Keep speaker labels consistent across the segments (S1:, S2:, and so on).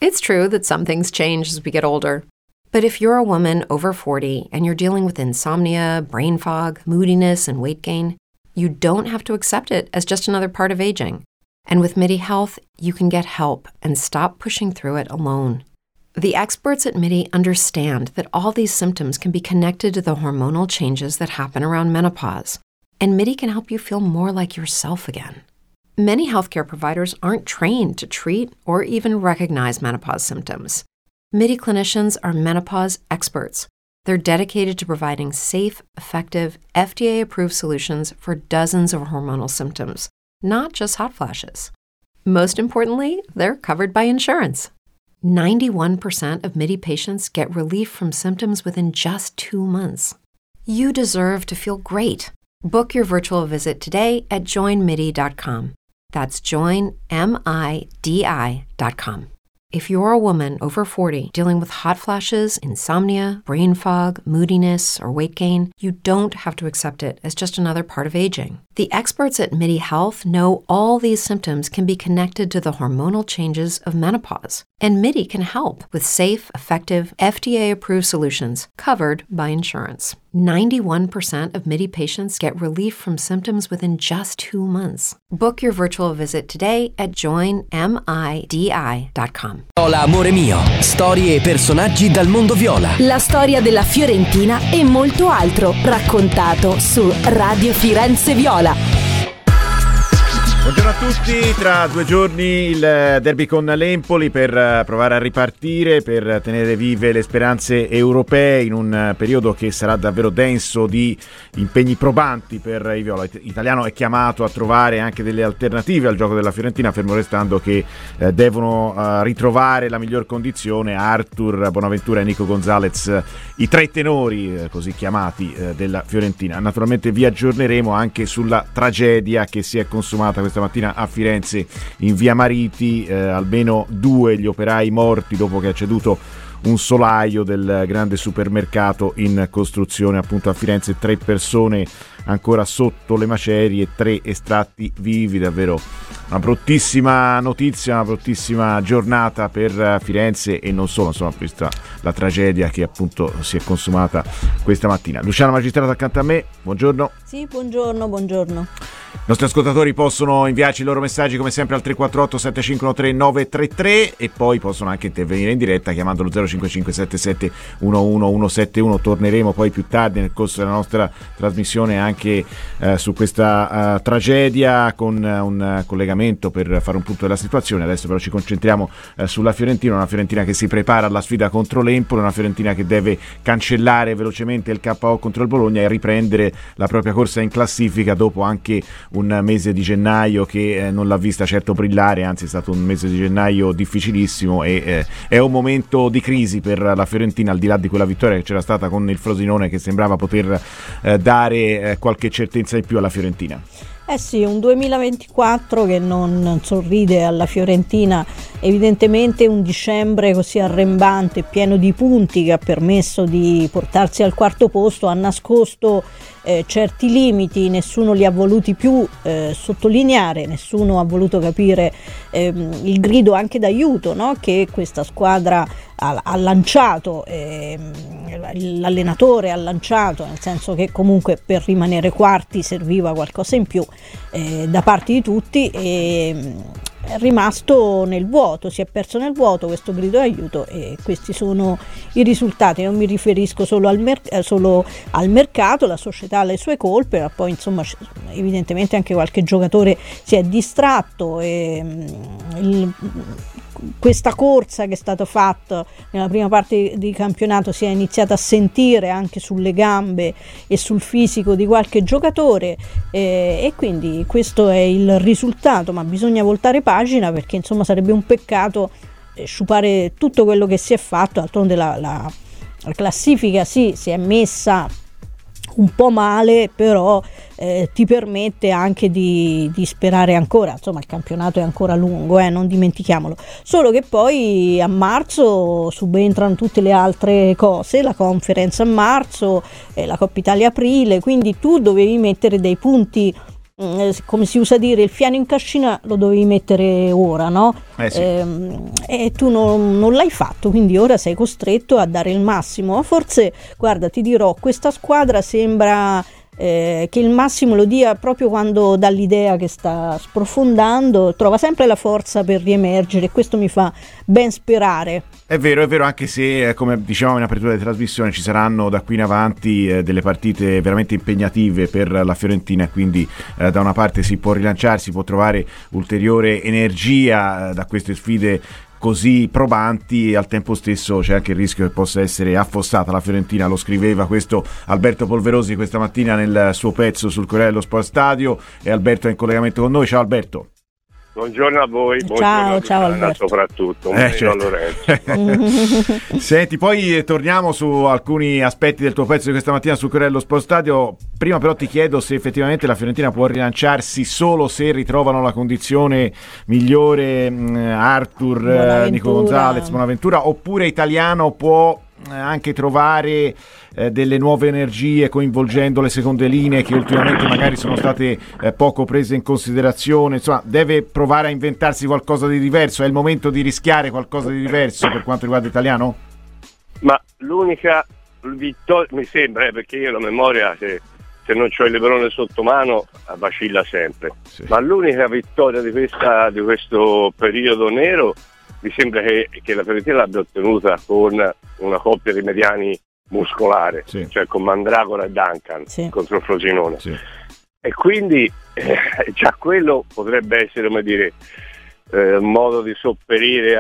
S1: It's true that some things change as we get older. But if you're a woman over 40 and you're dealing with insomnia, brain fog, moodiness, and weight gain, you don't have to accept it as just another part of aging. And with MIDI Health, you can get help and stop pushing through it alone. The experts at MIDI understand that all these symptoms can be connected to the hormonal changes that happen around menopause, and MIDI can help you feel more like yourself again. Many healthcare providers aren't trained to treat or even recognize menopause symptoms. MIDI clinicians are menopause experts. They're dedicated to providing safe, effective, FDA-approved solutions for dozens of hormonal symptoms, not just hot flashes. Most importantly, they're covered by insurance. 91% of MIDI patients get relief from symptoms within just 2 months. You deserve to feel great. Book your virtual visit today at joinmidi.com. That's joinmidi.com. If you're a woman over 40 dealing with hot flashes, insomnia, brain fog, moodiness, or weight gain, you don't have to accept it as just another part of aging. The experts at MIDI Health know all these symptoms can be connected to the hormonal changes of menopause, and MIDI can help with safe, effective, FDA-approved solutions covered by insurance. 91% of MIDI patients get relief from symptoms within just 2 months. Book your virtual visit today at joinmidi.com.
S2: Viola, amore mio, storie e personaggi dal mondo viola.
S3: La storia della Fiorentina e molto altro, raccontato su Radio Firenze Viola.
S4: Buongiorno a tutti, tra 2 giorni il derby con l'Empoli per provare a ripartire, per tenere vive le speranze europee in un periodo che sarà davvero denso di impegni probanti per i viola. L'italiano è chiamato a trovare anche delle alternative al gioco della Fiorentina, fermo restando che devono ritrovare la miglior condizione Arthur, Bonaventura e Nico Gonzalez, i 3 tenori così chiamati della Fiorentina. Naturalmente vi aggiorneremo anche sulla tragedia che si è consumata questa mattina a Firenze in via Mariti, almeno 2 gli operai morti dopo che è ceduto un solaio del grande supermercato in costruzione appunto a Firenze, 3 persone ancora sotto le macerie, 3 estratti vivi. Davvero una bruttissima notizia, una bruttissima giornata per Firenze e non solo, insomma, vista la tragedia che appunto si è consumata questa mattina. Luciana Magistrato accanto a me, buongiorno.
S5: Sì, buongiorno.
S4: I nostri ascoltatori possono inviarci i loro messaggi come sempre al 348 7513 933 e poi possono anche intervenire in diretta chiamandolo 055 77 11171. Torneremo poi più tardi nel corso della nostra trasmissione anche su questa tragedia con un collegamento per fare un punto della situazione. Adesso però ci concentriamo sulla Fiorentina, una Fiorentina che si prepara alla sfida contro l'Empoli, una Fiorentina che deve cancellare velocemente il KO contro il Bologna e riprendere la propria corsa in classifica dopo anche un mese di gennaio che non l'ha vista certo brillare, anzi è stato un mese di gennaio difficilissimo e è un momento di crisi per la Fiorentina, al di là di quella vittoria che c'era stata con il Frosinone che sembrava poter dare qualche certezza in più alla Fiorentina.
S5: Eh sì, un 2024 che non sorride alla Fiorentina, evidentemente un dicembre così arrembante, pieno di punti, che ha permesso di portarsi al 4º posto, ha nascosto certi limiti, nessuno li ha voluti più sottolineare, nessuno ha voluto capire il grido anche d'aiuto, no? Che questa squadra ha lanciato, l'allenatore ha lanciato, nel senso che comunque per rimanere quarti serviva qualcosa in più da parte di tutti, e è rimasto nel vuoto, si è perso nel vuoto questo grido d'aiuto, e questi sono i risultati. Non mi riferisco solo al mercato, la società ha le sue colpe, ma poi insomma evidentemente anche qualche giocatore si è distratto e questa corsa che è stata fatta nella prima parte di campionato si è iniziata a sentire anche sulle gambe e sul fisico di qualche giocatore, e quindi questo è il risultato, ma bisogna voltare pagina, perché insomma sarebbe un peccato sciupare tutto quello che si è fatto. D'altronde la classifica sì, si è messa un po' male, però ti permette anche di sperare ancora, insomma il campionato è ancora lungo, non dimentichiamolo, solo che poi a marzo subentrano tutte le altre cose, la Conference a marzo, la Coppa Italia aprile, quindi tu dovevi mettere dei punti come si usa dire, il fieno in cascina lo dovevi mettere ora, no?
S4: Sì.
S5: E tu non l'hai fatto, quindi ora sei costretto a dare il massimo. Ma forse, guarda, ti dirò, questa squadra sembra che il massimo lo dia proprio quando dà l'idea che sta sprofondando, trova sempre la forza per riemergere, e questo mi fa ben sperare.
S4: È vero, anche se come dicevamo in apertura di trasmissione ci saranno da qui in avanti delle partite veramente impegnative per la Fiorentina, quindi da una parte si può rilanciarsi, può trovare ulteriore energia da queste sfide così probanti, e al tempo stesso c'è anche il rischio che possa essere affossata la Fiorentina. Lo scriveva questo Alberto Polverosi questa mattina nel suo pezzo sul Corriere dello Sport Stadio, e Alberto è in collegamento con noi. Ciao Alberto.
S6: Buongiorno a voi,
S5: ciao
S6: Alberto. Soprattutto
S4: certo.
S6: Lorenzo.
S4: Senti, poi torniamo su alcuni aspetti del tuo pezzo di questa mattina sul Corriere dello Sport Stadio. Prima però ti chiedo se effettivamente la Fiorentina può rilanciarsi solo se ritrovano la condizione migliore Arthur, Nico Gonzalez, Bonaventura, oppure Italiano può anche trovare delle nuove energie coinvolgendo le seconde linee che ultimamente magari sono state poco prese in considerazione. Insomma, deve provare a inventarsi qualcosa di diverso. È il momento di rischiare qualcosa di diverso per quanto riguarda Italiano?
S6: Ma l'unica vittoria, mi sembra, perché io la memoria, se non c'ho il Lebrone sotto mano, vacilla sempre, sì. Ma l'unica vittoria di questo periodo nero mi sembra che la Fiorentina l'abbia ottenuta con una coppia di mediani muscolare, sì. Cioè con Mandragora e Duncan, sì. Contro Frosinone, sì. E quindi già quello potrebbe essere, come dire, un modo di sopperire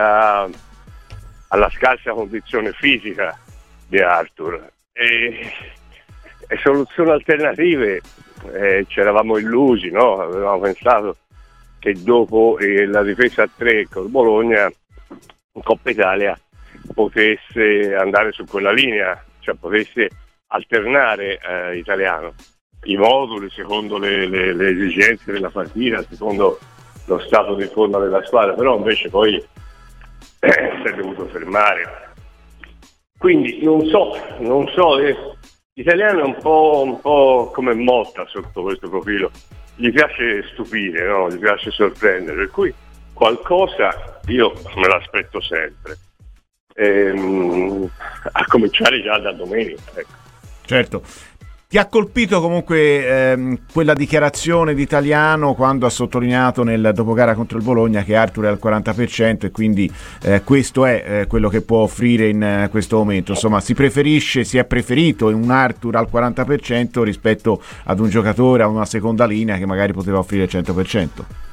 S6: alla scarsa condizione fisica di Arthur. E soluzioni alternative ci eravamo illusi, no? Avevamo pensato che dopo la difesa a 3 con Bologna in Coppa Italia potesse andare su quella linea, cioè potesse alternare Italiano i moduli secondo le esigenze della partita, secondo lo stato di forma della squadra, però invece poi si è dovuto fermare. Quindi non so, Italiano è un po' come Motta sotto questo profilo, gli piace stupire, no? Gli piace sorprendere, per cui qualcosa io me l'aspetto sempre, a cominciare già da domenica, ecco.
S4: Certo. Ti ha colpito comunque quella dichiarazione di Italiano quando ha sottolineato nel dopogara contro il Bologna che Arthur è al 40% e quindi questo è quello che può offrire in questo momento? Insomma, si è preferito un Arthur al 40% rispetto ad un giocatore a una seconda linea che magari poteva offrire il 100%.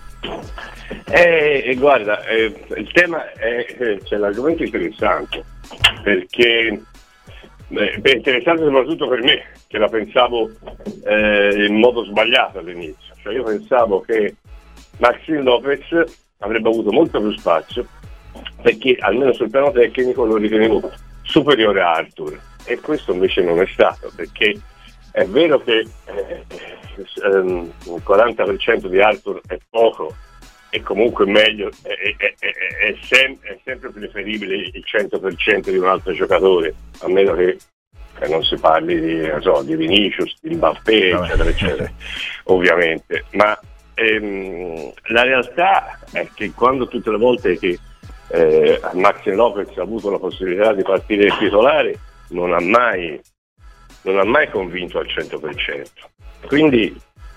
S6: Guarda, il tema c'è l'argomento interessante, perché è interessante soprattutto per me, che la pensavo in modo sbagliato all'inizio. Cioè io pensavo che Maxime Lopez avrebbe avuto molto più spazio, perché almeno sul piano tecnico lo ritenevo superiore a Arthur, e questo invece non è stato, perché è vero che il 40% di Arthur è poco, e comunque meglio, è sempre preferibile il 100% di un altro giocatore, a meno che non si parli di Vinicius, di Mbappé, eccetera, ovviamente. Ma la realtà è che quando tutte le volte che Maxime Lopez ha avuto la possibilità di partire titolare, non ha mai convinto al 100%. Quindi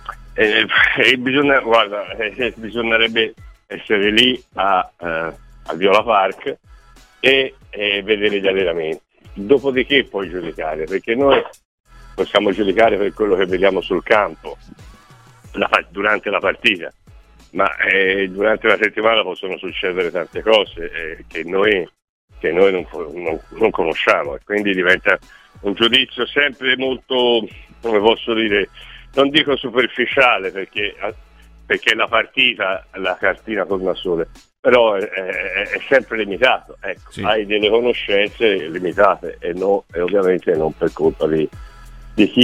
S6: bisognerebbe essere lì al Viola Park e vedere gli allenamenti, dopodiché puoi giudicare, perché noi possiamo giudicare per quello che vediamo sul campo durante la partita, ma durante la settimana possono succedere tante cose che noi non conosciamo, e quindi diventa un giudizio sempre molto, come posso dire, non dico superficiale, perché la partita, la cartina tornasole, però è sempre limitato, ecco. Sì. Hai delle conoscenze limitate e ovviamente non per colpa di chi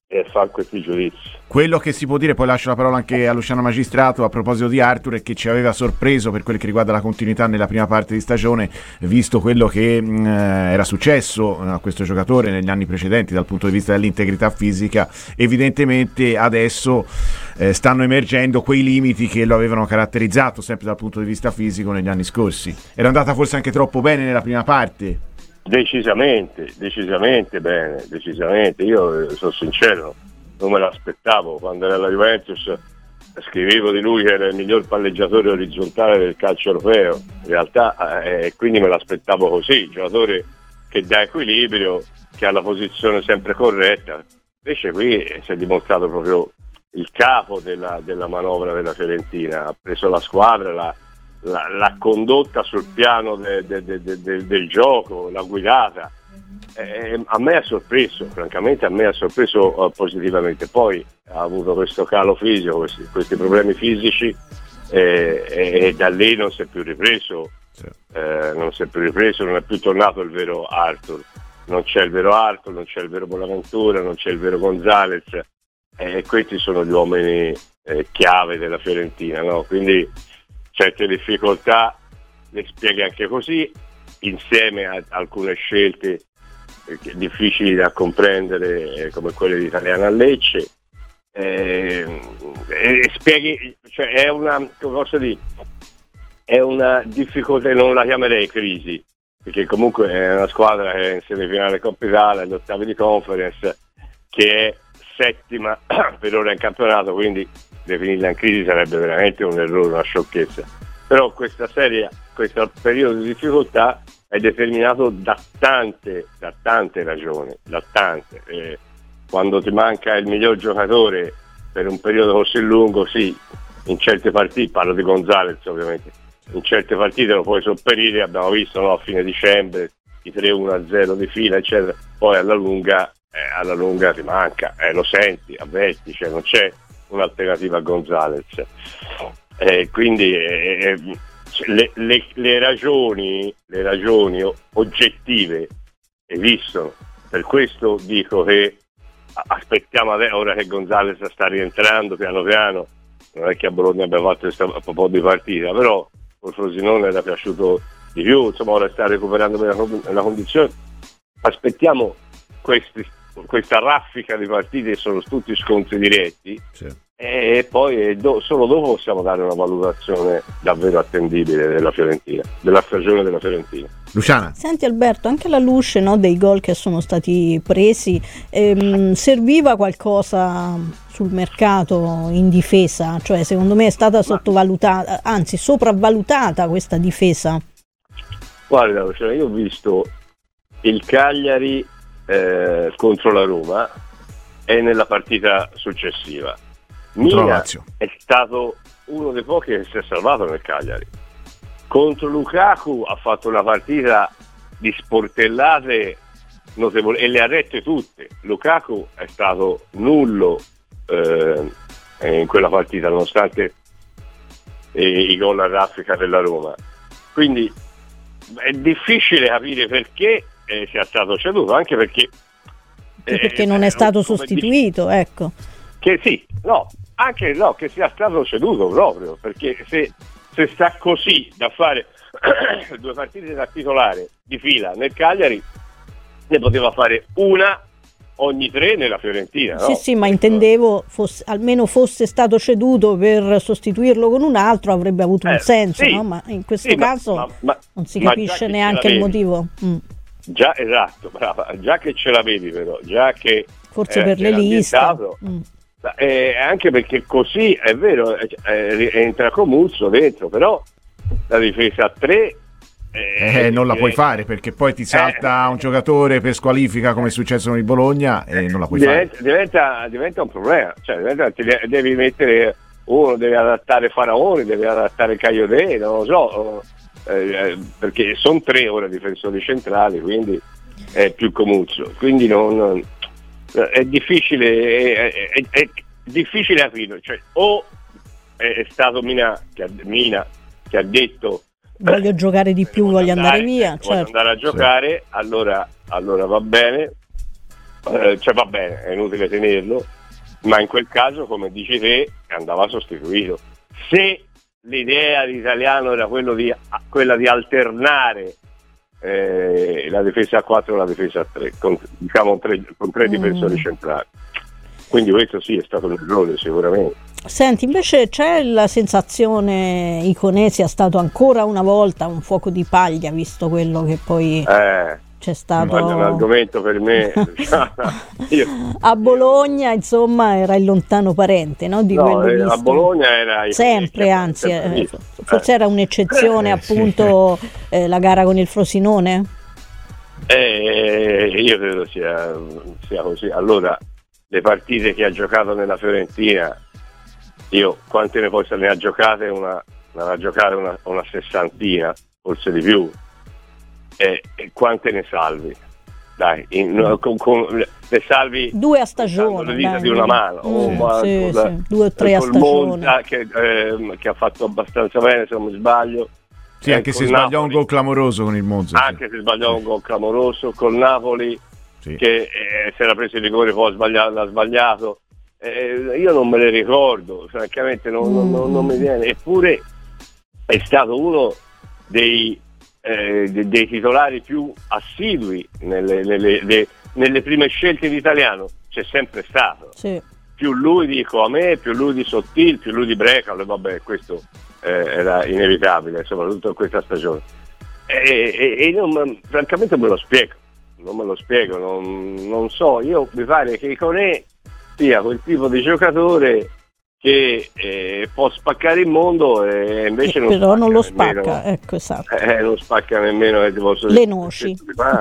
S6: fa questi giudizi.
S4: Quello che si può dire, poi lascio la parola anche a Luciano Magistrato a proposito di Arthur, è che ci aveva sorpreso per quel che riguarda la continuità nella prima parte di stagione, visto quello che era successo a questo giocatore negli anni precedenti dal punto di vista dell'integrità fisica. Evidentemente adesso stanno emergendo quei limiti che lo avevano caratterizzato sempre dal punto di vista fisico negli anni scorsi. Era andata forse anche troppo bene nella prima parte?
S6: Decisamente bene, decisamente. Io sono sincero, non me l'aspettavo. Quando era alla Juventus scrivevo di lui che era il miglior palleggiatore orizzontale del calcio europeo, in realtà quindi me l'aspettavo così, giocatore che dà equilibrio, che ha la posizione sempre corretta. Invece qui si è dimostrato proprio il capo della manovra della Fiorentina, ha preso la squadra, l'ha condotta sul piano del gioco, l'ha guidata. A me ha sorpreso, francamente positivamente. Poi ha avuto questo calo fisico, questi problemi fisici e da lì non si è più ripreso, non è più tornato il vero Arthur. Non c'è il vero Arthur, non c'è il vero Bonaventura, non c'è il vero Gonzalez, e questi sono gli uomini chiave della Fiorentina, no? Quindi certe difficoltà le spieghi anche così, insieme a alcune scelte difficili da comprendere, come quelle di Italiana a Lecce, e spieghi, cioè è una difficoltà, non la chiamerei crisi, perché comunque è una squadra che è in semifinale Coppa Italia, agli ottavi di Conference, che è settima per ora in campionato, quindi definirla in crisi sarebbe veramente un errore, una sciocchezza. Però questo periodo di difficoltà è determinato da tante ragioni, quando ti manca il miglior giocatore per un periodo così lungo, sì, in certe partite, parlo di Gonzalez ovviamente, in certe partite lo puoi sopperire, abbiamo visto, no, a fine dicembre i 3-1-0 di fila eccetera, poi alla lunga ti manca, lo senti, avverti, cioè non c'è un'alternativa a Gonzalez, quindi le ragioni oggettive esistono. Per questo dico che aspettiamo ora che Gonzalez sta rientrando piano piano. Non è che a Bologna abbiamo fatto un po' di partita, però col Frosinone era piaciuto di più, insomma ora sta recuperando la condizione. Aspettiamo questa raffica di partite, sono tutti scontri diretti, sì. E poi solo dopo possiamo dare una valutazione davvero attendibile della Fiorentina, della stagione della Fiorentina.
S4: Luciana.
S5: Senti Alberto, anche alla luce, no, dei gol che sono stati presi, serviva qualcosa sul mercato in difesa? Cioè secondo me è stata sottovalutata, anzi sopravvalutata questa difesa.
S6: Guarda Luciana, io ho visto il Cagliari contro la Roma e nella partita successiva Mina è stato uno dei pochi che si è salvato nel Cagliari. Contro Lukaku ha fatto una partita di sportellate notevoli e le ha rette tutte. Lukaku è stato nullo in quella partita, nonostante i gol a raffica della Roma. Quindi è difficile capire perché sia stato ceduto, anche perché
S5: non è stato sostituito, ecco.
S6: Che sì, che sia stato ceduto proprio, perché se sta così da fare 2 partite da titolare di fila nel Cagliari, ne poteva fare una ogni 3 nella Fiorentina, no?
S5: Sì, ma intendevo almeno fosse stato ceduto per sostituirlo con un altro, avrebbe avuto un senso, sì, no? Ma in questo caso non si capisce neanche il motivo.
S6: Già, esatto, brava, già che ce l'avevi però, già che
S5: forse per le liste.
S6: Anche perché così è vero, entra Comuzzo dentro, però la difesa a 3
S4: non la puoi fare, perché poi ti salta un giocatore per squalifica come è successo con il Bologna e non la puoi fare.
S6: Diventa un problema, cioè devi mettere uno, devi adattare Faraoni, devi adattare Cagliodè, non lo so, perché sono 3 ora difensori centrali, quindi è più Comuzzo, quindi è difficile, è difficile capirlo, cioè o è stato Mina che ha detto
S5: voglio giocare di più, voglio andare via,
S6: voglio andare a giocare, allora va bene, cioè va bene, è inutile tenerlo, ma in quel caso, come dici te, andava sostituito. Se l'idea di Italiano era quella di alternare la difesa a 4 e la difesa a 3, con tre difensori centrali. Quindi questo sì, è stato un errore sicuramente.
S5: Senti, invece c'è la sensazione Iconè sia stato ancora una volta un fuoco di paglia, visto quello che poi c'è stato.
S6: Un argomento per me.
S5: A Bologna, insomma, era il lontano parente, no? Di quello visto.
S6: A Bologna era
S5: sempre, anzi, forse era un'eccezione, appunto, la gara con il Frosinone.
S6: Io credo sia così. Allora, le partite che ha giocato nella Fiorentina, io quante ne ha giocate? Una sessantina, forse di più. E quante ne salvi? Dai, le salvi
S5: 2 a stagione,
S6: le dita di una mano,
S5: 2 o 3 a stagione.
S6: Monza, che ha fatto abbastanza bene, se non mi sbaglio.
S4: Sì, anche se sbagliò un gol clamoroso con il Monza.
S6: Anche se sbagliò un gol clamoroso col Napoli, sì, che si era preso il rigore, poi l'ha sbagliato. Io non me le ricordo, francamente non mi viene. Eppure è stato uno dei titolari più assidui nelle prime scelte di Italiano, c'è sempre stato.
S5: Sì.
S6: Più lui di Coamè, più lui di Sottil, più lui di Brecalo, vabbè, questo era inevitabile, soprattutto in questa stagione. E francamente non me lo spiego, non so. Io mi pare che Iconè sia quel tipo di giocatore che può spaccare il mondo e invece
S5: non lo spacca, ecco, esatto.
S6: Non spacca nemmeno
S5: le noci.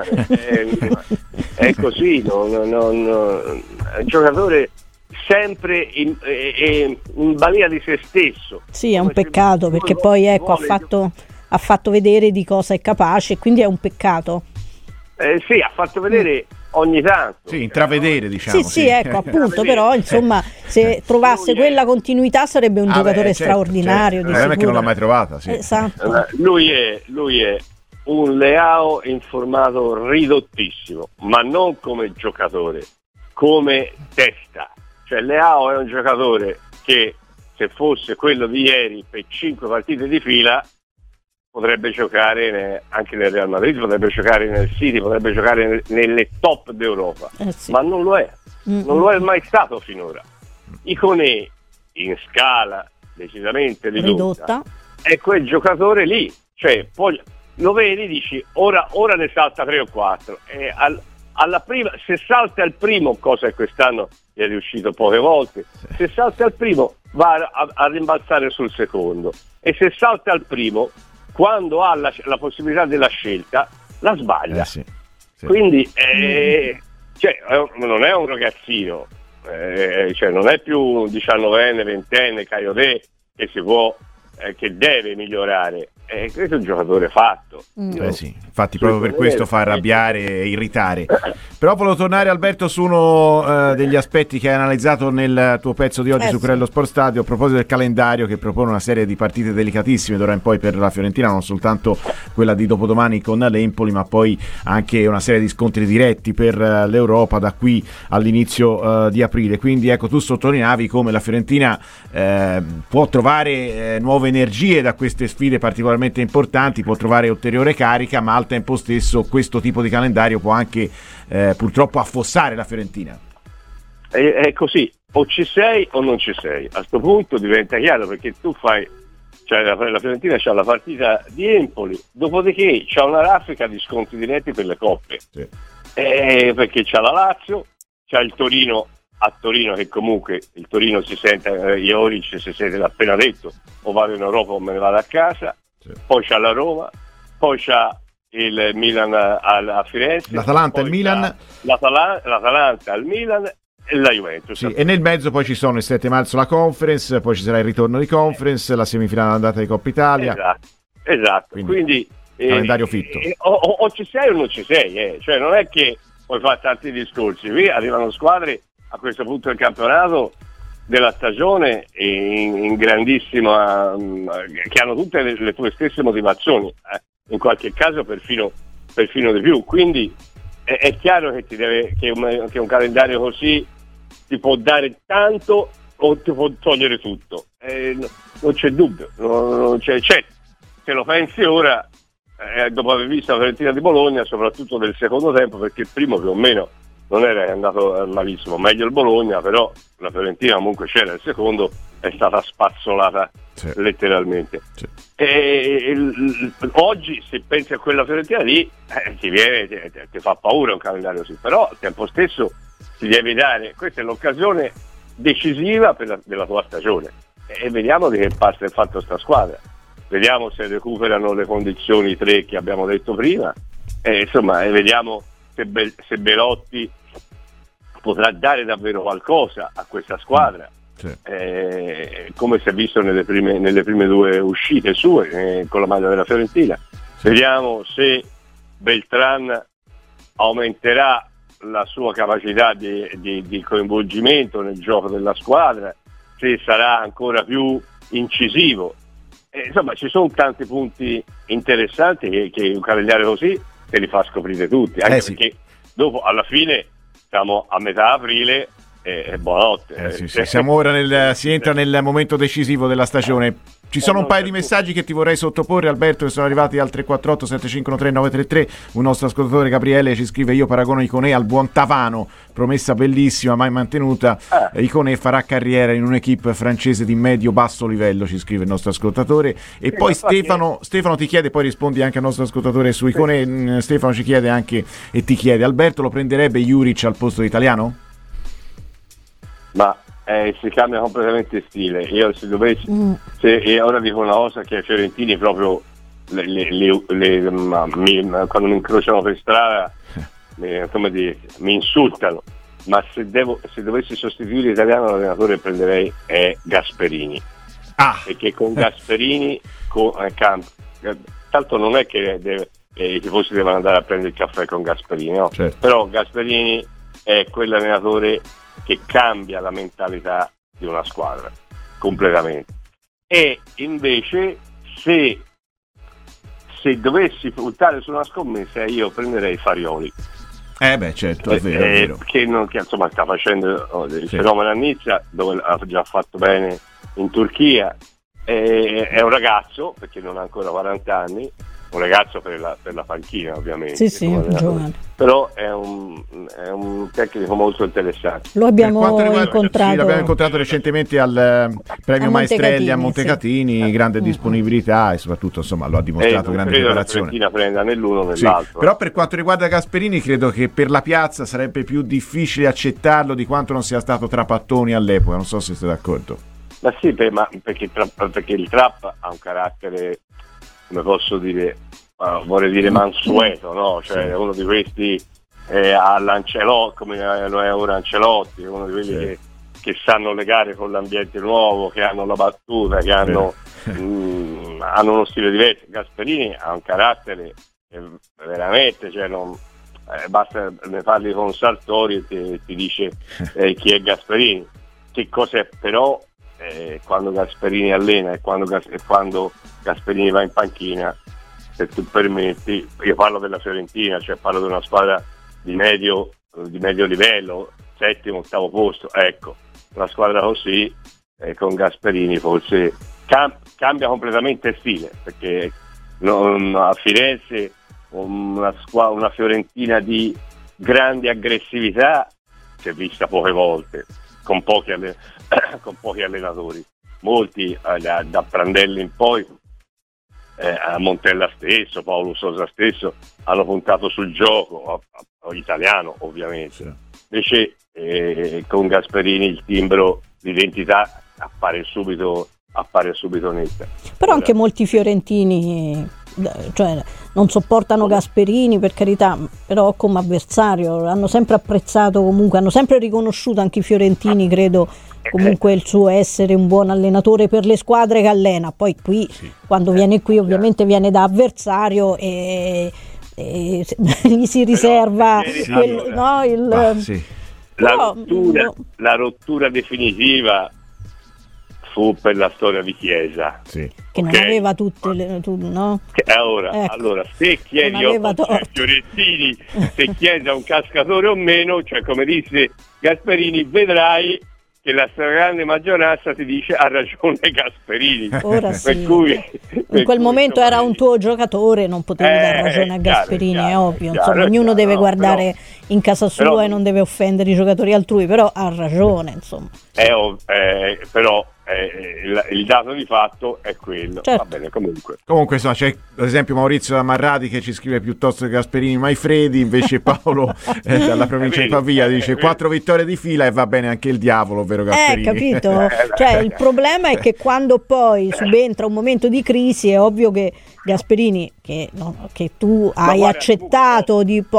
S6: È così, è un giocatore sempre in balia di se stesso.
S5: Sì, è un peccato, perché poi ecco ha fatto vedere di cosa è capace, quindi è un peccato.
S6: Sì, ha fatto vedere ogni tanto.
S4: Sì, intravedere, diciamo.
S5: Sì, ecco, appunto, però insomma, se trovasse quella continuità sarebbe un giocatore straordinario.
S4: Certo. Non è che non l'ha mai trovata, sì.
S5: Esatto.
S6: Lui è un Leao in formato ridottissimo, ma non come giocatore, come testa. Cioè Leao è un giocatore che, se fosse quello di ieri per 5 partite di fila, potrebbe giocare anche nel Real Madrid, potrebbe giocare nel City, potrebbe giocare nelle top d'Europa, sì. Ma non lo è, non lo è mai stato finora. Iconè, in scala decisamente ridotta, è quel giocatore lì, cioè poi lo vedi, dici ora ne salta 3 o 4, e alla prima, se salta al primo, cosa che quest'anno è riuscito poche volte, se salta al primo va a rimbalzare sul secondo, e se salta al primo, quando ha la possibilità della scelta, la sbaglia. Sì. Quindi non è un ragazzino, cioè non è più un 19enne, 20enne, Caiodè, che si può che deve migliorare. Questo è un giocatore fatto.
S4: Sì, infatti proprio per questo fa arrabbiare e irritare. Però volevo tornare, Alberto, su uno degli aspetti che hai analizzato nel tuo pezzo di oggi su Corello Sport Stadio, a proposito del calendario che propone una serie di partite delicatissime d'ora in poi per la Fiorentina, non soltanto quella di dopodomani con l'Empoli, ma poi anche una serie di scontri diretti per l'Europa da qui all'inizio di aprile. Quindi ecco, tu sottolineavi come la Fiorentina può trovare nuove energie da queste sfide particolarmente importanti, può trovare ulteriore carica, ma al tempo stesso questo tipo di calendario può anche purtroppo affossare la Fiorentina.
S6: È così, o ci sei o non ci sei. A sto punto diventa chiaro, perché tu fai, cioè la Fiorentina c'ha la partita di Empoli, dopodiché c'ha una raffica di scontri diretti per le coppe, sì. Perché c'ha la Lazio, c'ha il Torino a Torino, che comunque il Torino si sente, Ioric si sente, l'ha appena detto, o vado in Europa o me ne vado a casa. Sì. Poi c'ha la Roma, poi c'ha il Milan a Firenze,
S4: l'Atalanta, il Milan,
S6: l'Atalanta, il Milan e la Juventus.
S4: Sì, e nel mezzo poi ci sono il 7 marzo la Conference, poi ci sarà il ritorno di Conference, la semifinale andata di Coppa Italia.
S6: Esatto. Quindi
S4: calendario fitto.
S6: O ci sei o non ci sei, cioè non è che puoi fare tanti discorsi. Qui arrivano squadre a questo punto del campionato della stagione in grandissima, che hanno tutte le tue stesse motivazioni, in qualche caso perfino di più. Quindi è chiaro che un calendario così ti può dare tanto o ti può togliere tutto, non c'è dubbio, non c'è. Se lo pensi ora, dopo aver visto la Fiorentina di Bologna, soprattutto del secondo tempo, perché il primo più o meno non era andato malissimo, meglio il Bologna, però la Fiorentina comunque c'era, il secondo è stata spazzolata letteralmente. Oggi se pensi a quella Fiorentina lì ti fa paura un calendario così, però al tempo stesso ti devi dare, questa è l'occasione decisiva della tua stagione, e vediamo di che parte è fatta sta squadra, vediamo se recuperano le condizioni 3 che abbiamo detto prima, insomma, e vediamo se Belotti potrà dare davvero qualcosa a questa squadra. Come si è visto nelle prime 2 uscite sue con la maglia della Fiorentina. Vediamo se Beltran aumenterà la sua capacità di coinvolgimento nel gioco della squadra, se sarà ancora più incisivo. Insomma, ci sono tanti punti interessanti che un calendario così te li fa scoprire tutti, anche perché dopo alla fine siamo a metà aprile e buonanotte.
S4: Siamo ora si entra nel momento decisivo della stagione. Ci sono un paio di messaggi che ti vorrei sottoporre, Alberto, che sono arrivati al 348 7513 933. Un nostro ascoltatore, Gabriele, ci scrive: io paragono Iconé al buon Tavano, promessa bellissima mai mantenuta. Iconé farà carriera in un'equipe francese di medio-basso livello, ci scrive il nostro ascoltatore. E poi Stefano ti chiede, poi rispondi anche al nostro ascoltatore su Iconé. Stefano ci chiede anche e ti chiede: Alberto lo prenderebbe Juric al posto di Italiano?
S6: Ma si cambia completamente stile. Io se dovessi e ora dico una cosa che ai fiorentini proprio quando mi incrociano per strada mi insultano, ma se dovessi sostituire l'italiano, l'allenatore che prenderei è Gasperini, perché con Gasperini tanto non è che i tifosi devono andare a prendere il caffè con Gasperini, no? Certo. Però Gasperini è quell'allenatore che cambia la mentalità di una squadra completamente. E invece se dovessi puntare su una scommessa, io prenderei Farioli.
S4: Certo, è vero.
S6: Che insomma sta facendo il fenomeno a Nizza, dove ha già fatto bene in Turchia. È un ragazzo, perché non ha ancora 40 anni, un ragazzo per la panchina ovviamente, giovane. Però è un tecnico molto interessante.
S5: Lo abbiamo incontrato
S4: recentemente al premio Maestrelli a Montecatini, grande disponibilità e soprattutto insomma lo ha dimostrato, grande preparazione.
S6: La prenda nell'uno nell'altro.
S4: Però per quanto riguarda Gasperini, credo che per la piazza sarebbe più difficile accettarlo di quanto non sia stato Trapattoni all'epoca, non so se siete d'accordo.
S6: Ma sì, perché il Trapp ha un carattere, come posso dire, vorrei dire mansueto, no? Cioè uno di questi all'Ancelotti, come lo è ora Ancelotti, uno di quelli che sanno legare con l'ambiente nuovo, che hanno la battuta, che hanno uno stile diverso. Gasperini ha un carattere veramente, cioè basta ne parli con Sartori e ti dice chi è Gasperini, che cos'è, però quando Gasperini allena e quando Gasperini va in panchina, se tu permetti, io parlo della Fiorentina, cioè parlo di una squadra di medio livello, 7º, 8º posto, ecco, una squadra così con Gasperini forse cambia completamente stile, perché a Firenze una Fiorentina di grande aggressività si è vista poche volte, con pochi allenatori, molti da Prandelli in poi, a Montella stesso, Paolo Sosa stesso hanno puntato sul gioco italiano ovviamente. Invece con Gasperini il timbro d'identità appare subito netta.
S5: Però anche molti fiorentini non sopportano Gasperini, per carità, però come avversario hanno sempre apprezzato, comunque hanno sempre riconosciuto anche i fiorentini, credo, comunque il suo essere un buon allenatore per le squadre che allena. Poi qui quando viene qui ovviamente viene da avversario e gli si riserva
S6: la rottura definitiva fu per la storia di Chiesa,
S4: sì,
S5: che non aveva tutte le, no?
S6: Allora, se chiedi Fiorettini se Chiesa è un cascatore o meno, cioè come disse Gasperini, vedrai che la stragrande maggioranza ti dice ha ragione Gasperini.
S5: Ora sì.
S6: In
S5: quel momento era un tuo giocatore, non potevi dar ragione a Gasperini, è ovvio. Insomma, ognuno deve guardare in casa sua e non deve offendere i giocatori altrui, però ha ragione, insomma.
S6: Però il dato di fatto è quello.
S5: Certo.
S6: Va bene, comunque
S4: insomma, c'è ad esempio Maurizio Marrati che ci scrive piuttosto che Gasperini Maifredi, invece Paolo dalla provincia di Pavia dice 4 vittorie di fila e va bene anche il diavolo, ovvero Gasperini.
S5: Capito? Cioè il problema è che quando poi subentra un momento di crisi è ovvio che Gasperini, che tu hai accettato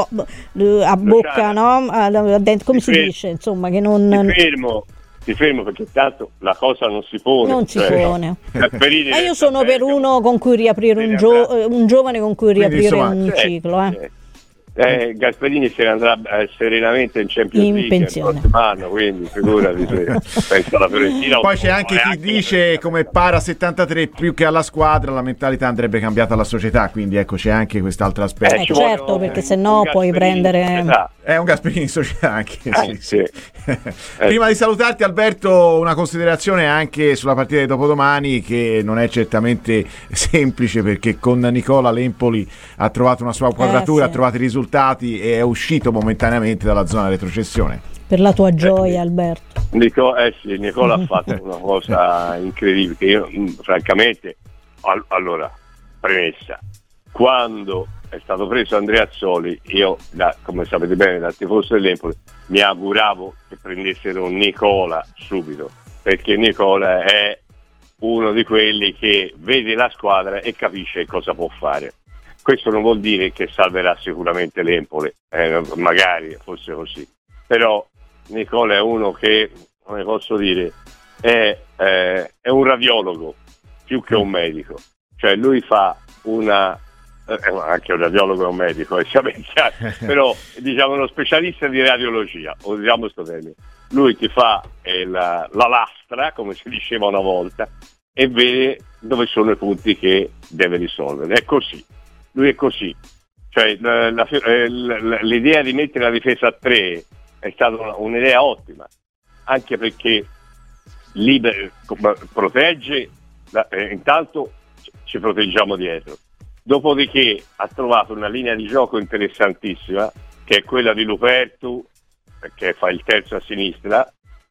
S5: a bocca, no? Come si dice? Insomma, che non...
S6: Ti fermo perché tanto la cosa non si pone.
S5: Non si pone. Io sono per uno con cui riaprire un giovane con cui riaprire un ciclo.
S6: Gasperini se ne andrà serenamente in Champions League il prossimo anno, quindi figurati penso alla Fiorentina.
S4: Poi c'è anche chi dice come Para 73 più che alla squadra la mentalità andrebbe cambiata alla società, quindi ecco c'è anche quest'altro aspetto.
S5: Certo, perché se no puoi prendere
S4: è un Gasperini in società anche. Sì. Prima di salutarti Alberto, una considerazione anche sulla partita di dopodomani che non è certamente semplice, perché con Nicola l'Empoli ha trovato una sua quadratura, ha trovato i risultati e è uscito momentaneamente dalla zona retrocessione.
S5: Per la tua gioia, Alberto.
S6: Nicola ha fatto una cosa incredibile che io francamente, allora, premessa, quando è stato preso Andrea Azzoli, io come sapete bene dal tifoso dell'Empoli mi auguravo che prendessero Nicola subito, perché Nicola è uno di quelli che vede la squadra e capisce cosa può fare. Questo non vuol dire che salverà sicuramente l'Empoli, magari fosse così, però Nicola è uno che, come posso dire, è un radiologo più che un medico, cioè lui fa anche un radiologo è un medico, però diciamo uno specialista di radiologia, usiamo questo termine. Lui ti fa la lastra, come si diceva una volta, e vede dove sono i punti che deve risolvere. È così. Lui è così, cioè l'idea di mettere la difesa a 3 è stata un'idea ottima, anche perché protegge, intanto ci proteggiamo dietro, dopodiché ha trovato una linea di gioco interessantissima che è quella di Lupertu, che fa il terzo a sinistra,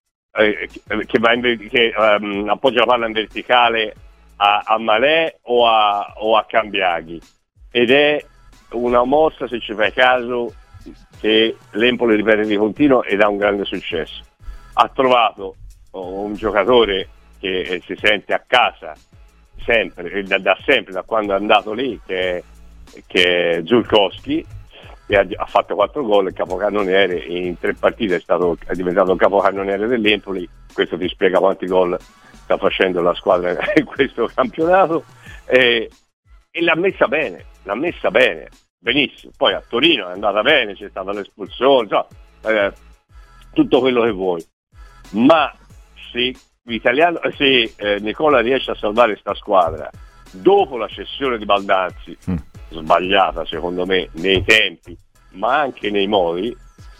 S6: che appoggia la palla in verticale a Malè o a Cambiaghi. Ed è una mossa, se ci fai caso, che l'Empoli ripete di continuo ed ha un grande successo. Ha trovato un giocatore che si sente a casa sempre, da sempre, da quando è andato lì, che è Zulkowski, che ha fatto 4 gol, il capocannoniere in 3 partite è diventato capocannoniere dell'Empoli. Questo ti spiega quanti gol sta facendo la squadra in questo campionato, e l'ha messa bene, benissimo. Poi a Torino è andata bene, c'è stata l'espulsione, tutto quello che vuoi, ma se Nicola riesce a salvare sta squadra dopo la cessione di Baldanzi, sbagliata secondo me nei tempi ma anche nei modi,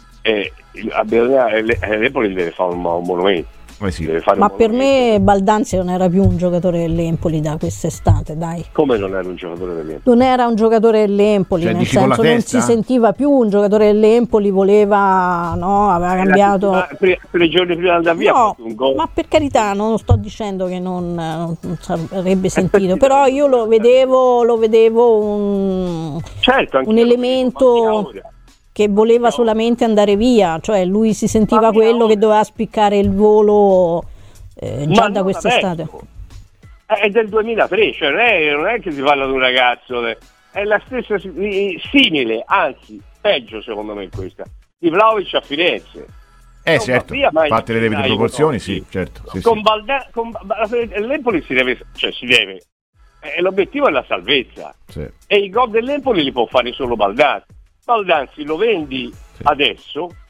S6: l'Empoli deve fare un monumento.
S5: Ma per me Baldanzi non era più un giocatore dell'Empoli da quest'estate, dai.
S6: Come non era un giocatore dell'Empoli?
S5: Non era un giocatore dell'Empoli, cioè, nel senso non si sentiva più un giocatore dell'Empoli, aveva cambiato.
S6: Per i giorni prima di andare via ha fatto un gol.
S5: Ma per carità, non sto dicendo che non sarebbe sentito, però io lo vedevo un elemento che voleva solamente andare via, cioè lui si sentiva quello che doveva spiccare il volo già da quest'estate.
S6: È del 2003, cioè non è che si parla di un ragazzo, è la stessa, simile, anzi peggio secondo me questa, di Vlahovic a Firenze.
S4: Certo, fatte le debite proporzioni, sì, certo. Sì,
S6: con l'Empoli si deve, l'obiettivo è la salvezza, sì. E i gol dell'Empoli li può fare solo Baldanzi lo vendi adesso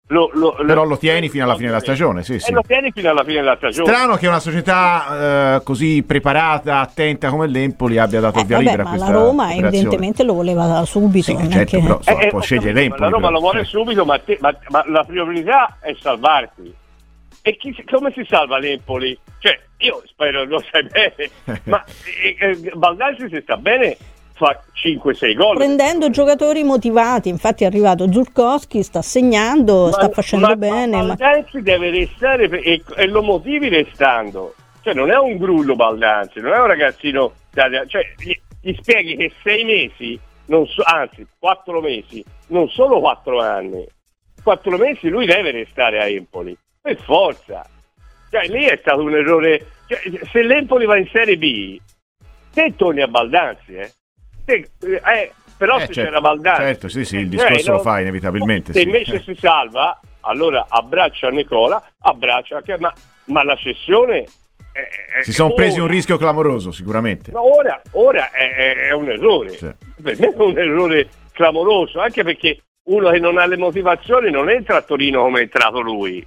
S4: Però lo tieni fino alla fine della stagione, sì.
S6: Lo tieni fino alla fine della stagione.
S4: Strano che una società così preparata, attenta come l'Empoli abbia dato il via libera a questa
S5: la Roma
S4: operazione.
S5: evidentemente lo voleva subito.
S4: Sì, certo, però può scegliere l'Empoli.
S6: La Roma lo vuole subito, ma la priorità è salvarti. E come si salva l'Empoli? Cioè, io spero lo sai bene, ma Baldanzi, se sta bene, fa 5-6 gol.
S5: Prendendo giocatori motivati, infatti è arrivato Żurkowski, sta segnando, sta facendo bene.
S6: Ma Baldanzi deve restare e lo motivi restando. Cioè non è un grullo Baldanzi, non è un ragazzino, cioè gli spieghi che 6 mesi, anzi 4 mesi, non solo 4 anni, 4 mesi lui deve restare a Empoli, per forza. Cioè lì è stato un errore, cioè, se l'Empoli va in Serie B, te torni a Baldanzi, però se c'era Baldanzi,
S4: certo, sì, il discorso lo fa inevitabilmente.
S6: Se invece si salva, allora abbraccia Nicola, ma la cessione
S4: si sono presi un rischio clamoroso, sicuramente.
S6: Ma ora è un errore, sì. Per me è un errore clamoroso, anche perché uno che non ha le motivazioni non entra a Torino come è entrato lui.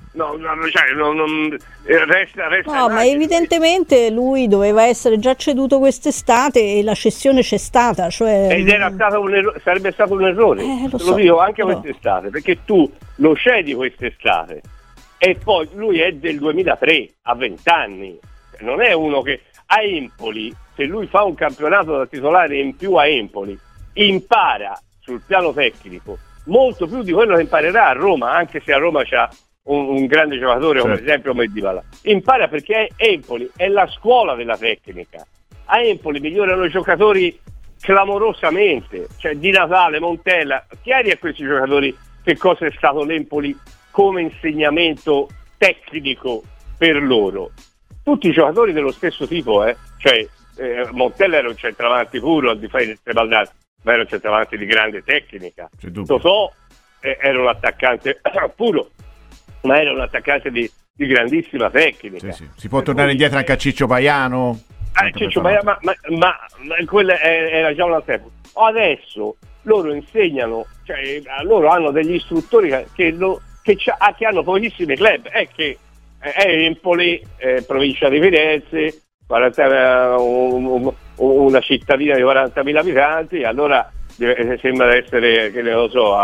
S6: Resta
S5: ma evidentemente lui doveva essere già ceduto quest'estate e la cessione c'è stata, cioè...
S6: ed era stato sarebbe stato un errore, lo dico anche quest'estate, perché tu lo cedi quest'estate e poi lui è del 2003, ha 20 anni, non è uno che a Empoli, se lui fa un campionato da titolare in più a Empoli, impara sul piano tecnico molto più di quello che imparerà a Roma, anche se a Roma c'ha un grande giocatore, certo, come esempio Medibala. Impara perché Empoli è la scuola della tecnica. A Empoli migliorano i giocatori clamorosamente, cioè Di Natale, Montella. Chiari a questi giocatori che cosa è stato l'Empoli come insegnamento tecnico per loro. Tutti i giocatori dello stesso tipo, cioè Montella era un centravanti puro al difesa di Baldanzi, ma era un centravanti di grande tecnica. Totò era un attaccante puro, ma era un attaccante di grandissima tecnica.
S4: Sì. Si può tornare indietro anche a Ciccio Baiano.
S6: Ciccio Baiano, ma quella era già un altro tempo. Adesso loro insegnano, cioè loro hanno degli istruttori che hanno pochissimi club, che è Empoli, provincia di Firenze, una cittadina di 40.000 abitanti, allora sembra essere, che ne lo so,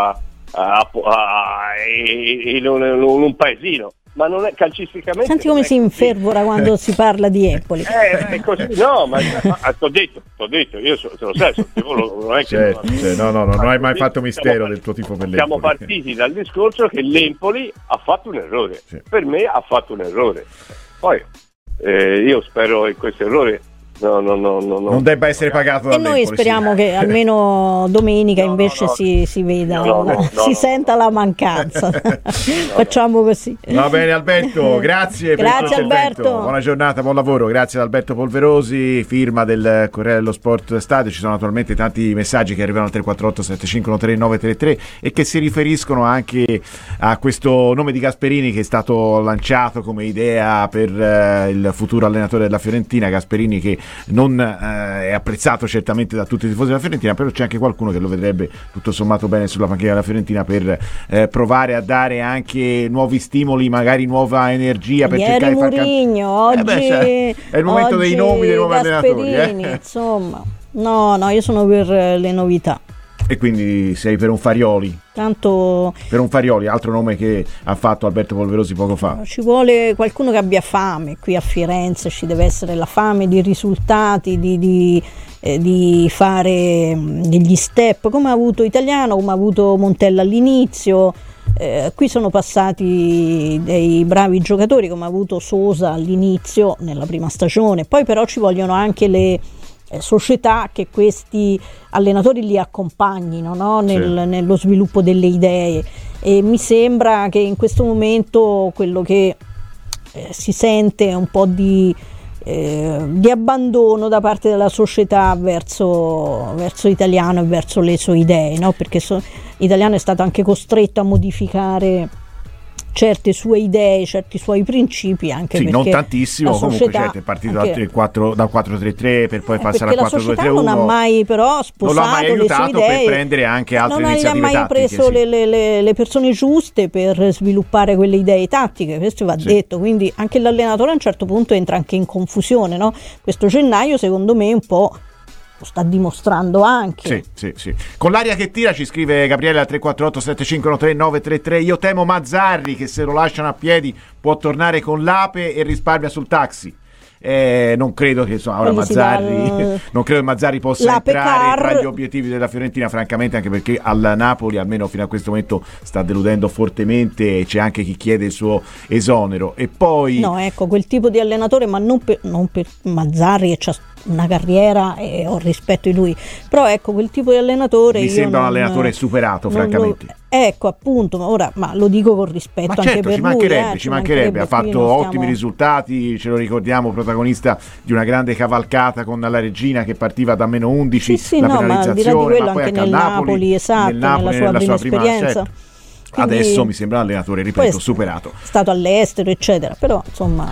S6: in un paesino, ma non è calcisticamente.
S5: Senti come si infervora quando si parla di Empoli.
S6: È così, no, ma t'ho detto, io te lo sai, non è che
S4: non hai mai fatto mistero del tuo tifo per l'Empoli.
S6: Siamo partiti dal discorso che l'Empoli ha fatto un errore, sì. Per me ha fatto un errore, poi io spero che questo errore
S4: non debba essere pagato.
S5: E noi speriamo che almeno domenica invece si veda, si senta la mancanza. Facciamo così.
S4: Va bene Alberto, grazie per
S5: il Alberto.
S4: Buona giornata, buon lavoro, grazie ad Alberto Polverosi, firma del Corriere dello Sport Stadio. Ci sono naturalmente tanti messaggi che arrivano al 348 751 3933 e che si riferiscono anche a questo nome di Gasperini che è stato lanciato come idea per il futuro allenatore della Fiorentina. Gasperini che non è apprezzato certamente da tutti i tifosi della Fiorentina, però c'è anche qualcuno che lo vedrebbe tutto sommato bene sulla panchina della Fiorentina per provare a dare anche nuovi stimoli, magari nuova energia per
S5: cercare di far oggi
S4: è il momento dei nomi dei nuovi allenatori,
S5: insomma no, io sono per le novità.
S4: E quindi sei per un Farioli?
S5: Tanto
S4: per un Farioli, altro nome che ha fatto Alberto Polverosi poco fa.
S5: Ci vuole qualcuno che abbia fame, qui a Firenze ci deve essere la fame di risultati, di fare degli step, come ha avuto Italiano, come ha avuto Montella all'inizio. Qui sono passati dei bravi giocatori come ha avuto Sosa all'inizio nella prima stagione, poi però ci vogliono anche le società che questi allenatori li accompagnino, no? Nello sviluppo delle idee, e mi sembra che in questo momento quello che si sente è un po' di abbandono da parte della società verso Italiano e verso le sue idee, no? Perché Italiano è stato anche costretto a modificare certe sue idee, certi suoi principi, anche
S4: sì,
S5: perché
S4: non tantissimo, comunque certo, è partito dal 4-3-3 per poi passare al 4-2-3-1.
S5: Non ha mai però sposato,
S4: non l'ha mai aiutato
S5: le sue idee,
S4: per prendere anche altre iniziative
S5: non ha mai preso le persone giuste per sviluppare quelle idee tattiche, questo va detto, quindi anche l'allenatore a un certo punto entra anche in confusione, no? Questo gennaio secondo me un po' lo sta dimostrando anche.
S4: Sì. Con l'aria che tira ci scrive Gabriele al 348-7513-933: io temo Mazzarri che se lo lasciano a piedi può tornare con l'Ape e risparmia sul taxi. Non credo che ora Mazzarri non credo che Mazzarri possa entrare tra gli obiettivi della Fiorentina, francamente, anche perché al Napoli almeno fino a questo momento sta deludendo fortemente e c'è anche chi chiede il suo esonero. E poi
S5: quel tipo di allenatore, ma non per Mazzarri, che c'ha una carriera e ho rispetto di lui, però quel tipo di allenatore
S4: mi sembra un allenatore superato, francamente.
S5: Appunto, ma lo dico con rispetto,
S4: ma certo,
S5: anche per
S4: lui, ci mancherebbe, ha fatto ottimi
S5: stiamo...
S4: risultati, ce lo ricordiamo, protagonista di una grande cavalcata con la Regina che partiva da meno 11, la penalizzazione,
S5: ma al di là di quello,
S4: ma poi
S5: anche nel Napoli, nella sua prima esperienza.
S4: Certo. Quindi, adesso mi sembra un allenatore, ripeto, superato.
S5: È stato all'estero, eccetera, però insomma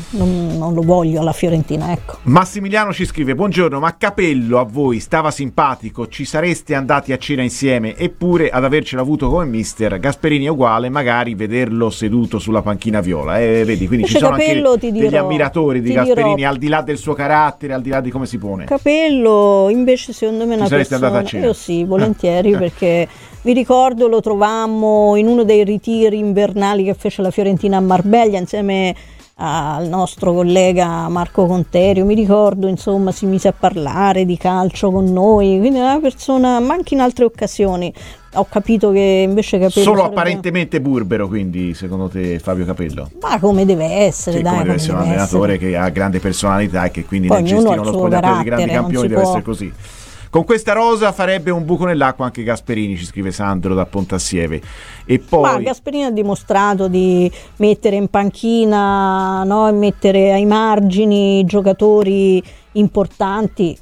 S5: non lo voglio alla Fiorentina, ecco.
S4: Massimiliano ci scrive: buongiorno, ma Capello a voi stava simpatico? Ci sareste andati a cena insieme? Eppure ad avercelo avuto come mister, Gasperini è uguale, magari vederlo seduto sulla panchina viola. Vedi, quindi ci sono
S5: Capello,
S4: anche degli ammiratori di Gasperini, al di là del suo carattere, al di là di come si pone.
S5: Capello invece secondo me è una persona,
S4: andata a cena?
S5: Io sì, volentieri, perché vi ricordo lo trovammo in uno dei ritiri invernali che fece la Fiorentina a Marbella insieme al nostro collega Marco Conterio, mi ricordo, insomma, si mise a parlare di calcio con noi, quindi è una persona, ma anche in altre occasioni ho capito che invece Capello
S4: solo apparentemente burbero, quindi secondo te Fabio Capello?
S5: Ma come deve essere,
S4: come deve essere un allenatore che ha grande personalità e che quindi nel gestire uno spogliatoio di grandi campioni deve essere così. Con questa rosa farebbe un buco nell'acqua anche Gasperini, ci scrive Sandro da Pontassieve. E poi...
S5: Ma Gasperini ha dimostrato di mettere in panchina, no? E mettere ai margini giocatori importanti.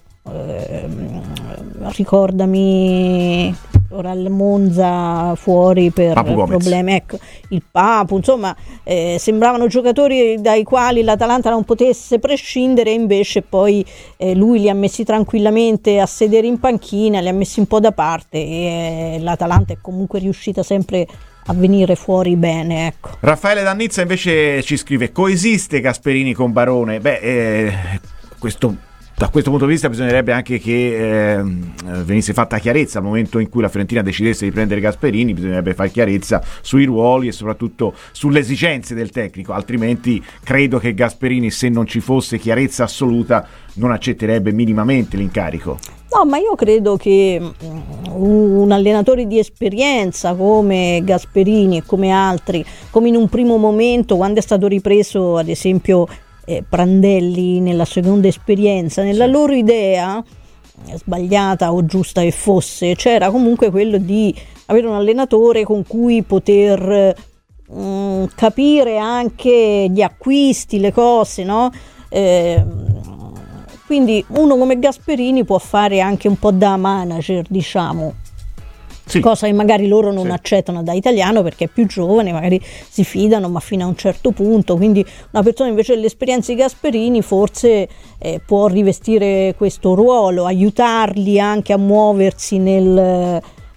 S5: Ricordami ora il Monza fuori per problemi, il Papu, insomma, sembravano giocatori dai quali l'Atalanta non potesse prescindere, invece poi lui li ha messi tranquillamente a sedere in panchina, li ha messi un po' da parte e l'Atalanta è comunque riuscita sempre a venire fuori bene, ecco.
S4: Raffaele Dannizza invece ci scrive: coesiste Gasperini con Barone? Da questo punto di vista bisognerebbe anche che venisse fatta chiarezza al momento in cui la Fiorentina decidesse di prendere Gasperini, bisognerebbe fare chiarezza sui ruoli e soprattutto sulle esigenze del tecnico, altrimenti credo che Gasperini, se non ci fosse chiarezza assoluta, non accetterebbe minimamente l'incarico.
S5: No, ma io credo che un allenatore di esperienza come Gasperini e come altri, come in un primo momento quando è stato ripreso ad esempio Prandelli nella seconda esperienza, nella loro idea, sbagliata o giusta che fosse, c'era comunque quello di avere un allenatore con cui poter capire anche gli acquisti, le cose, no? Quindi uno come Gasperini può fare anche un po' da manager, diciamo. Sì. Cosa che magari loro non accettano da italiano perché è più giovane, magari si fidano ma fino a un certo punto, quindi una persona invece dell'esperienza di Gasperini forse può rivestire questo ruolo, aiutarli anche a muoversi nel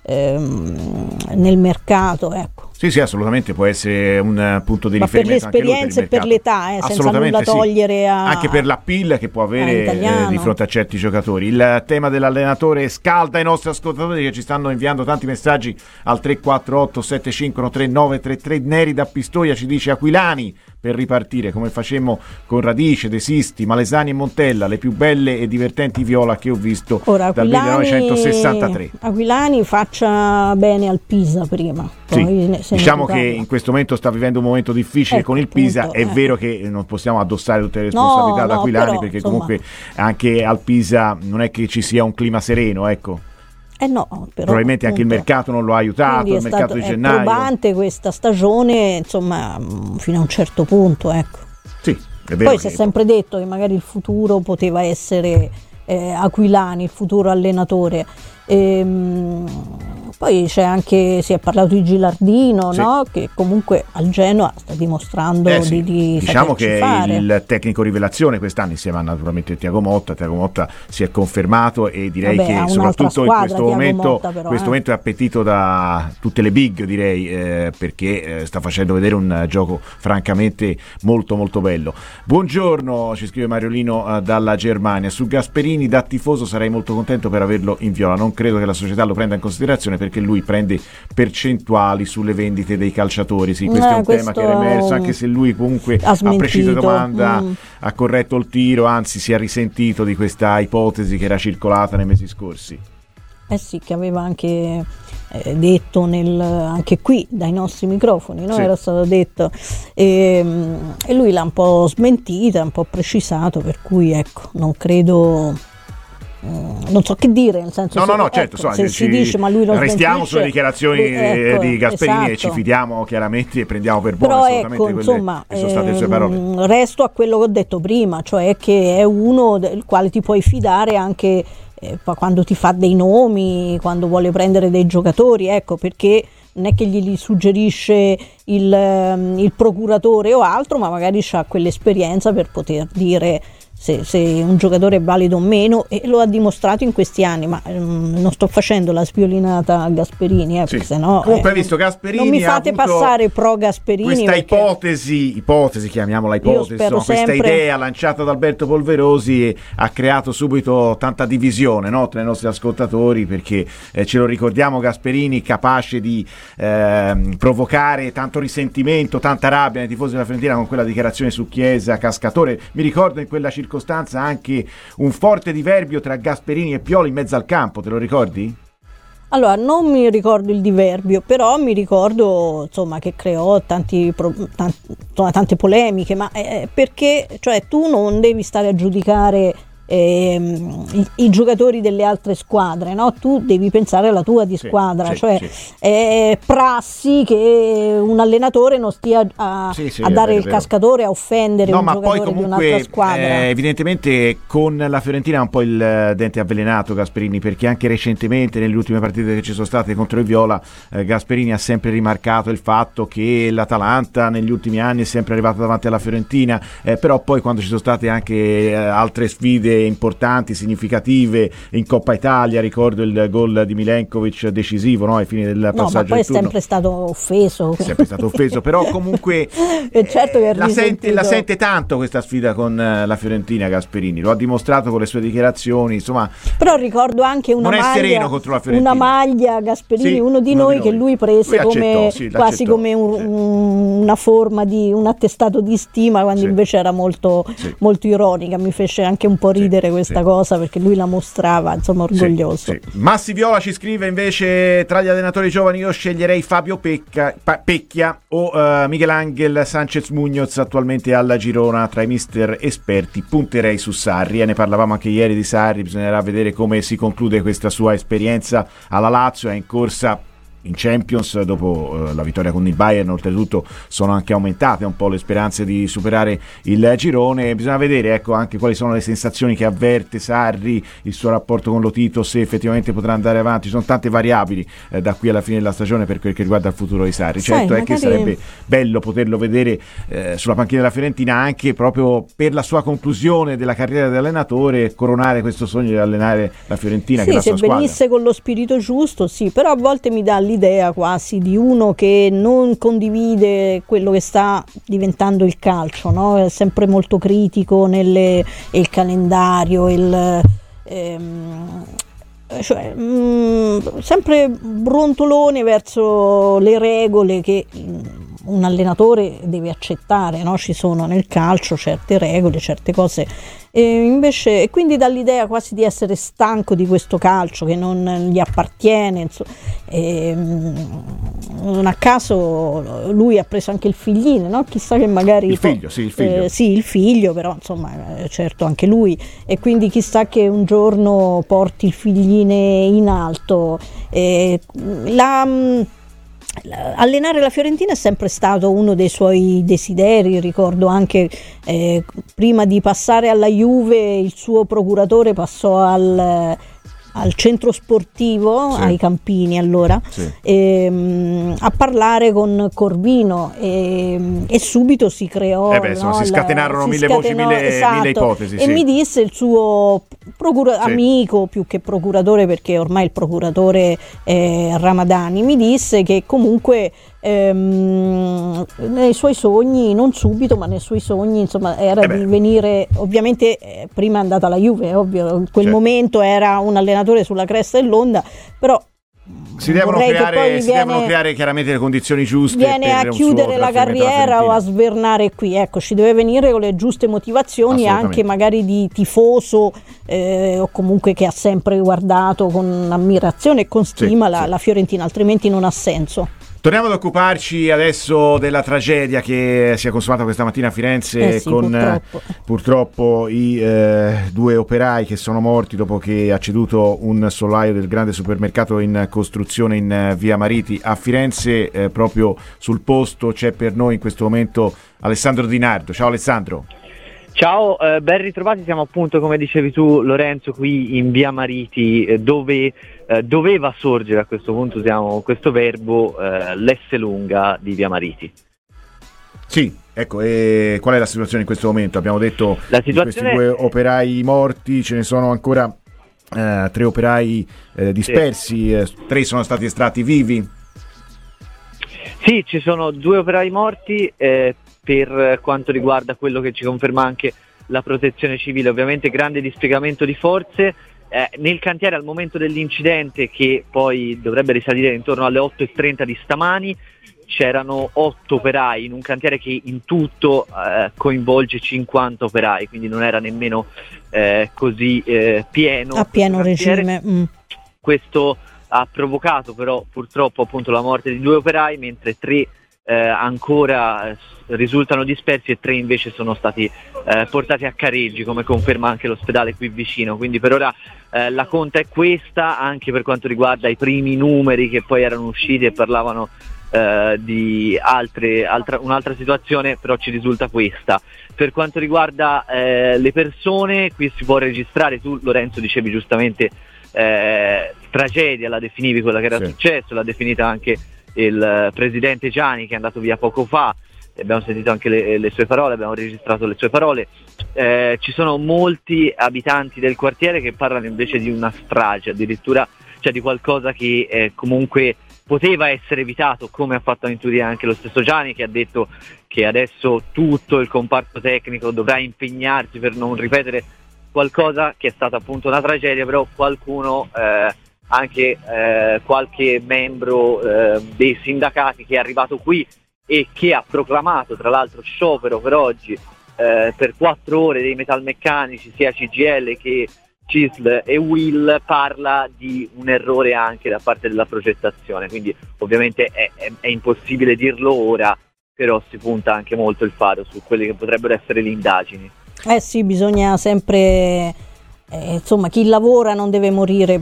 S5: mercato, ecco.
S4: Sì, assolutamente può essere un punto di riferimento.
S5: Ma per l'esperienza e per l'età, senza nulla togliere
S4: anche per l'appeal che può avere di fronte a certi giocatori. Il tema dell'allenatore scalda i nostri ascoltatori che ci stanno inviando tanti messaggi al 348 751 933. Neri da Pistoia ci dice: Aquilani per ripartire come facemmo con Radice, De Sisti, Malesani e Montella, le più belle e divertenti viola che ho visto dal 1963.
S5: Aquilani faccia bene al Pisa prima, poi
S4: diciamo che in questo momento sta vivendo un momento difficile con il Pisa, è vero che non possiamo addossare tutte le responsabilità ad Aquilani, però, perché comunque anche al Pisa non è che ci sia un clima sereno, ecco.
S5: No, però,
S4: probabilmente anche il mercato non lo ha aiutato, il mercato di gennaio. È
S5: probante questa stagione, insomma, fino a un certo punto, ecco.
S4: Sì, è vero.
S5: Poi si è sempre detto che magari il futuro poteva essere Aquilani, il futuro allenatore. Poi c'è anche, si è parlato di Gilardino,
S4: sì,
S5: no? Che comunque al Genoa sta dimostrando
S4: sì,
S5: di
S4: diciamo che
S5: fare.
S4: è il tecnico rivelazione quest'anno, insieme a naturalmente Thiago Motta si è confermato, e direi che soprattutto in questo momento è appetito da tutte le big, direi, perché sta facendo vedere un gioco francamente molto molto bello. Buongiorno, ci scrive Mariolino dalla Germania. Su Gasperini da tifoso sarei molto contento per averlo in Viola, non credo che la società lo prenda in considerazione perché lui prende percentuali sulle vendite dei calciatori. Sì, questo è un tema che è emerso, anche se lui comunque a precisa domanda ha corretto il tiro, anzi si è risentito di questa ipotesi che era circolata nei mesi scorsi.
S5: Sì, che aveva anche detto anche qui dai nostri microfoni, no? Sì. Era stato detto, e lui l'ha un po' smentita, un po' precisato, per cui ecco, non credo, non so che dire, nel senso
S4: certo,
S5: se si dice ma lui lo
S4: restiamo
S5: smentisce,
S4: sulle dichiarazioni di Gasperini,
S5: esatto.
S4: E ci fidiamo chiaramente e prendiamo per buone assolutamente quelle
S5: insomma,
S4: che sono state le sue parole.
S5: Resto a quello che ho detto prima, cioè che è uno del quale ti puoi fidare anche quando ti fa dei nomi, quando vuole prendere dei giocatori, ecco, perché non è che gli suggerisce il procuratore o altro, ma magari ha quell'esperienza per poter dire se un giocatore è valido o meno, e lo ha dimostrato in questi anni. Ma non sto facendo la sviolinata a Gasperini,
S4: sì.
S5: Se no,
S4: comunque hai visto, Gasperini
S5: non mi fate passare pro Gasperini,
S4: questa ipotesi, chiamiamola ipotesi, insomma, questa idea lanciata da Alberto Polverosi ha creato subito tanta divisione, no, tra i nostri ascoltatori, perché ce lo ricordiamo, Gasperini capace di provocare tanto risentimento, tanta rabbia nei tifosi della Fiorentina con quella dichiarazione su Chiesa, Cascatore. Mi ricordo in quella circostanza anche un forte diverbio tra Gasperini e Pioli in mezzo al campo, te lo ricordi?
S5: Allora, non mi ricordo il diverbio, però mi ricordo, insomma, che creò tante polemiche, ma perché, cioè, tu non devi stare a giudicare i giocatori delle altre squadre, no? Tu devi pensare alla tua di squadra, è prassi che un allenatore non stia a dare il cascatore, a offendere un giocatore comunque, di un'altra squadra.
S4: Evidentemente con la Fiorentina ha un po' il dente avvelenato Gasperini, perché anche recentemente nelle ultime partite che ci sono state contro il Viola, Gasperini ha sempre rimarcato il fatto che l'Atalanta negli ultimi anni è sempre arrivata davanti alla Fiorentina, però poi quando ci sono state anche altre sfide importanti, significative in Coppa Italia, ricordo il gol di Milenkovic decisivo, no, ai fini del passaggio,
S5: ma poi
S4: è
S5: sempre stato offeso,
S4: però comunque
S5: certo che
S4: la sente tanto questa sfida con la Fiorentina. Gasperini lo ha dimostrato con le sue dichiarazioni, insomma,
S5: però ricordo anche una
S4: non
S5: maglia,
S4: è sereno contro la Fiorentina,
S5: una maglia Gasperini, uno di noi che lui prese come quasi come una forma di un attestato di stima, quando invece era molto ironica. Mi fece anche un po' ridere questa cosa, perché lui la mostrava, insomma, orgoglioso.
S4: Massi Viola ci scrive invece: tra gli allenatori giovani io sceglierei Fabio Pecchia o Miguel Ángel Sánchez Muñoz, attualmente alla Girona. Tra i mister esperti punterei su Sarri, e ne parlavamo anche ieri di Sarri. Bisognerà vedere come si conclude questa sua esperienza alla Lazio. È in corsa in Champions dopo la vittoria con il Bayern, oltretutto sono anche aumentate un po' le speranze di superare il girone. Bisogna vedere, ecco, anche quali sono le sensazioni che avverte Sarri, il suo rapporto con Lotito, se effettivamente potrà andare avanti. Ci sono tante variabili da qui alla fine della stagione per quel che riguarda il futuro di Sarri. Certo è che sarebbe bello poterlo vedere sulla panchina della Fiorentina, anche proprio per la sua conclusione della carriera di allenatore, coronare questo sogno di allenare la Fiorentina, che è la sua squadra. Se venisse
S5: con lo spirito giusto, però a volte mi dà l'idea quasi di uno che non condivide quello che sta diventando il calcio, no? È sempre molto critico il calendario, sempre brontolone verso le regole che un allenatore deve accettare, no? Ci sono nel calcio certe regole, certe cose, e quindi dà l'idea quasi di essere stanco di questo calcio che non gli appartiene, non a caso lui ha preso anche il figlino, no? Chissà che magari
S4: il figlio,
S5: però insomma, certo, anche lui, e quindi chissà che un giorno porti il figline in alto. Allenare la Fiorentina è sempre stato uno dei suoi desideri. Ricordo anche prima di passare alla Juve il suo procuratore passò al al centro sportivo,
S4: sì,
S5: ai Campini allora,
S4: sì,
S5: a parlare con Corvino e subito si creò,
S4: si scatenarono mille voci, mille ipotesi,
S5: e
S4: sì,
S5: mi disse il suo sì, amico più che procuratore, perché ormai il procuratore Ramadani, mi disse che comunque nei suoi sogni, non subito ma nei suoi sogni, insomma, era di venire, ovviamente prima è andata alla Juve, ovvio, in quel momento era un allenatore sulla cresta dell'onda, però
S4: si devono creare chiaramente le condizioni giuste,
S5: viene a chiudere la carriera o a svernare qui, ecco, ci deve venire con le giuste motivazioni, anche magari di tifoso o comunque che ha sempre guardato con ammirazione e con stima la Fiorentina, altrimenti non ha senso.
S4: Torniamo ad occuparci adesso della tragedia che si è consumata questa mattina a Firenze, con purtroppo i due operai che sono morti dopo che ha ceduto un solaio del grande supermercato in costruzione in via Mariti a Firenze. Proprio sul posto c'è per noi in questo momento Alessandro Di Nardo. Ciao Alessandro.
S7: Ciao, ben ritrovati, siamo appunto, come dicevi tu Lorenzo, qui in via Mariti, dove doveva sorgere, a questo punto usiamo questo verbo, l'S lunga di via Mariti. Sì,
S4: ecco, e qual è la situazione in questo momento? Abbiamo detto di questi due operai morti, ce ne sono ancora 3 operai dispersi, 3 sono stati estratti vivi.
S7: Sì, ci sono 2 operai morti, per quanto riguarda quello che ci conferma anche la protezione civile, ovviamente grande dispiegamento di forze. Nel cantiere al momento dell'incidente, che poi dovrebbe risalire intorno alle 8:30 di stamani, c'erano 8 operai in un cantiere che in tutto coinvolge 50 operai, quindi non era nemmeno così pieno.
S5: A pieno regime.
S7: Questo ha provocato però purtroppo appunto la morte di 2 operai, mentre 3 ancora risultano dispersi e 3 invece sono stati portati a Careggi, come conferma anche l'ospedale qui vicino. Quindi per ora la conta è questa, anche per quanto riguarda i primi numeri che poi erano usciti e parlavano di un'altra situazione, però ci risulta questa. Per quanto riguarda le persone, qui si può registrare, tu Lorenzo dicevi giustamente tragedia, la definivi quella che era successo, l'ha definita anche il presidente Gianni, che è andato via poco fa, abbiamo sentito anche le sue parole, abbiamo registrato le sue parole. Ci sono molti abitanti del quartiere che parlano invece di una strage, addirittura, cioè di qualcosa che comunque poteva essere evitato, come ha fatto in teoria anche lo stesso Gianni, che ha detto che adesso tutto il comparto tecnico dovrà impegnarsi per non ripetere qualcosa che è stata appunto una tragedia, però qualcuno anche qualche membro dei sindacati che è arrivato qui e che ha proclamato tra l'altro sciopero per oggi per 4 ore dei metalmeccanici, sia CGIL che CISL e UIL, parla di un errore anche da parte della progettazione, quindi ovviamente è impossibile dirlo ora, però si punta anche molto il faro su quelle che potrebbero essere le indagini.
S5: Sì, bisogna sempre insomma, chi lavora non deve morire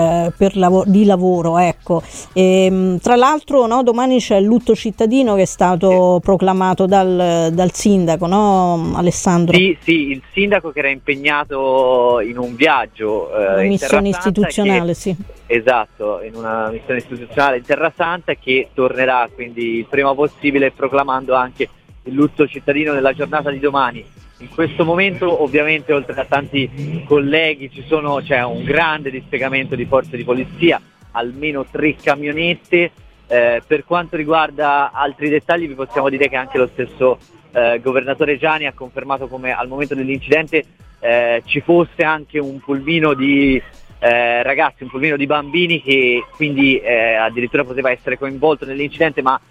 S5: di lavoro, ecco. Tra l'altro, no, domani c'è il lutto cittadino che è stato proclamato dal sindaco, no, Alessandro?
S7: Sì, il sindaco che era impegnato in un viaggio
S5: una missione istituzionale, sì.
S7: Esatto, in una missione istituzionale in Terra Santa, che tornerà quindi il prima possibile, proclamando anche il lutto cittadino nella giornata di domani. In questo momento ovviamente oltre a tanti colleghi c'è un grande dispiegamento di forze di polizia, almeno 3 camionette. Per quanto riguarda altri dettagli vi possiamo dire che anche lo stesso governatore Gianni ha confermato come al momento dell'incidente ci fosse anche un pulmino di ragazzi, un pulmino di bambini, che quindi addirittura poteva essere coinvolto nell'incidente, ma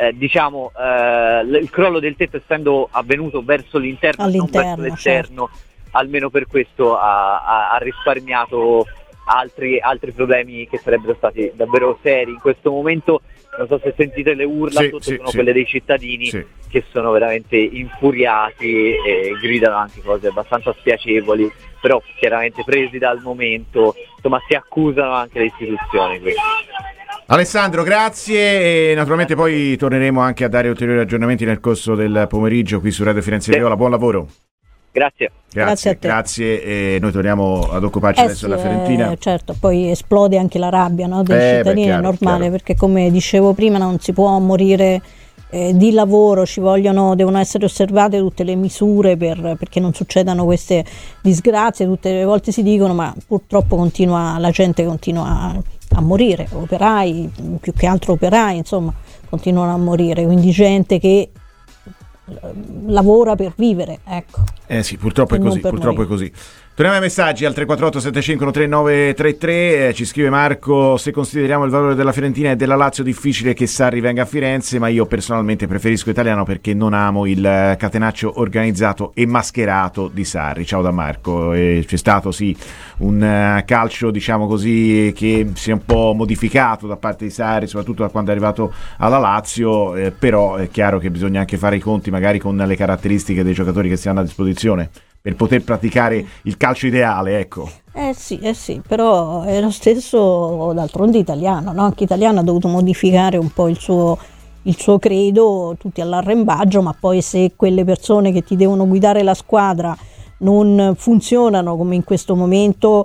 S7: il crollo del tetto essendo avvenuto verso l'interno, non verso l'esterno, almeno per questo ha risparmiato altri problemi che sarebbero stati davvero seri. In questo momento non so se sentite le urla, sono quelle dei cittadini che sono veramente infuriati e gridano anche cose abbastanza spiacevoli, però chiaramente presi dal momento, insomma si accusano anche le istituzioni qui.
S4: Alessandro, grazie, e naturalmente poi torneremo anche a dare ulteriori aggiornamenti nel corso del pomeriggio qui su Radio Firenze Viola. Buon lavoro.
S5: Grazie a te.
S4: Grazie. E noi torniamo ad occuparci adesso della Fiorentina.
S5: Certo, poi esplode anche la rabbia, no, dei cittadini, chiaro, è normale, chiaro. Perché come dicevo prima non si può morire di lavoro, devono essere osservate tutte le misure perché non succedano queste disgrazie. Tutte le volte si dicono, ma purtroppo la gente continua a morire, operai, più che altro operai, insomma, continuano a morire, quindi gente che lavora per vivere, ecco.
S4: Sì, purtroppo è così, è così. Torniamo ai messaggi al 348 75 3933. Ci scrive Marco: se consideriamo il valore della Fiorentina e della Lazio, difficile che Sarri venga a Firenze, ma io personalmente preferisco Italiano perché non amo il catenaccio organizzato e mascherato di Sarri. Ciao da Marco. C'è stato sì un calcio, diciamo così, che si è un po' modificato da parte di Sarri, soprattutto da quando è arrivato alla Lazio, però è chiaro che bisogna anche fare i conti magari con le caratteristiche dei giocatori che si hanno a disposizione per poter praticare il calcio ideale, ecco.
S5: Sì, però è lo stesso d'altronde Italiano, no? Anche Italiano ha dovuto modificare un po' il suo credo, tutti all'arrembaggio, ma poi se quelle persone che ti devono guidare la squadra non funzionano come in questo momento,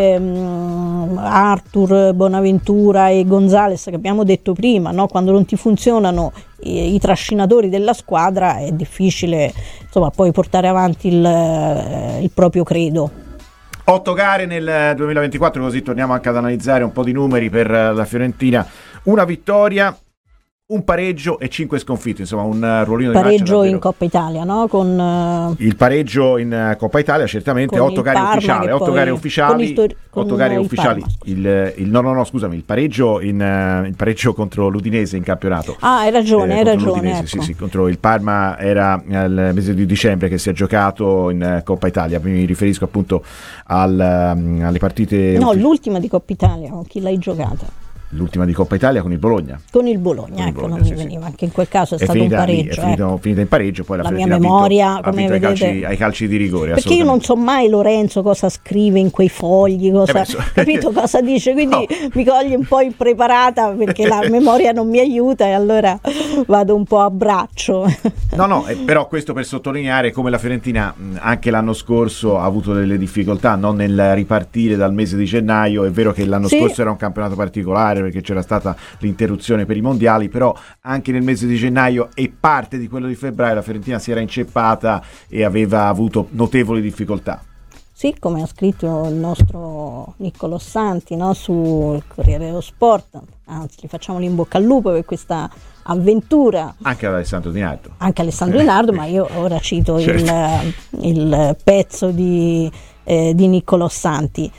S5: Arthur, Bonaventura e Gonzalez, che abbiamo detto prima, no? Quando non ti funzionano i trascinatori della squadra è difficile, insomma, poi portare avanti il proprio credo.
S4: 8 gare nel 2024, così torniamo anche ad analizzare un po' di numeri per la Fiorentina. Una vittoria, un pareggio e 5 sconfitte, insomma un ruolino di
S5: pareggio in Coppa Italia, no? Con
S4: il pareggio in Coppa Italia, certamente 8 gare ufficiali, 8 gare ufficiali, 8 gare ufficiali. Il pareggio contro l'Udinese in campionato.
S5: Hai ragione, ecco.
S4: Sì, contro il Parma era nel mese di dicembre che si è giocato in Coppa Italia. Mi riferisco appunto alle partite.
S5: No, l'ultima di Coppa Italia, con chi l'hai giocata?
S4: L'ultima di Coppa Italia con il Bologna.
S5: Non mi veniva, anche in quel caso è stato un pareggio.
S4: È finita in pareggio, poi
S5: la mia memoria, come vedete,
S4: ai calci di rigore.
S5: Perché io non so mai Lorenzo cosa scrive in quei fogli, capito cosa dice, quindi mi coglie un po' impreparata perché la memoria non mi aiuta e allora vado un po' a braccio.
S4: Però questo per sottolineare come la Fiorentina anche l'anno scorso ha avuto delle difficoltà nel ripartire dal mese di gennaio. È vero che l'anno scorso era un campionato particolare perché c'era stata l'interruzione per i mondiali, però anche nel mese di gennaio e parte di quello di febbraio la Fiorentina si era inceppata e aveva avuto notevoli difficoltà.
S5: Sì, come ha scritto il nostro Niccolò Santi, no, sul Corriere dello Sport, anzi gli facciamo l'in bocca al lupo per questa avventura.
S4: Anche ad Alessandro Di Nardo.
S5: Anche Alessandro Di Nardo, ma io ora cito certo. il pezzo di Niccolò Santi.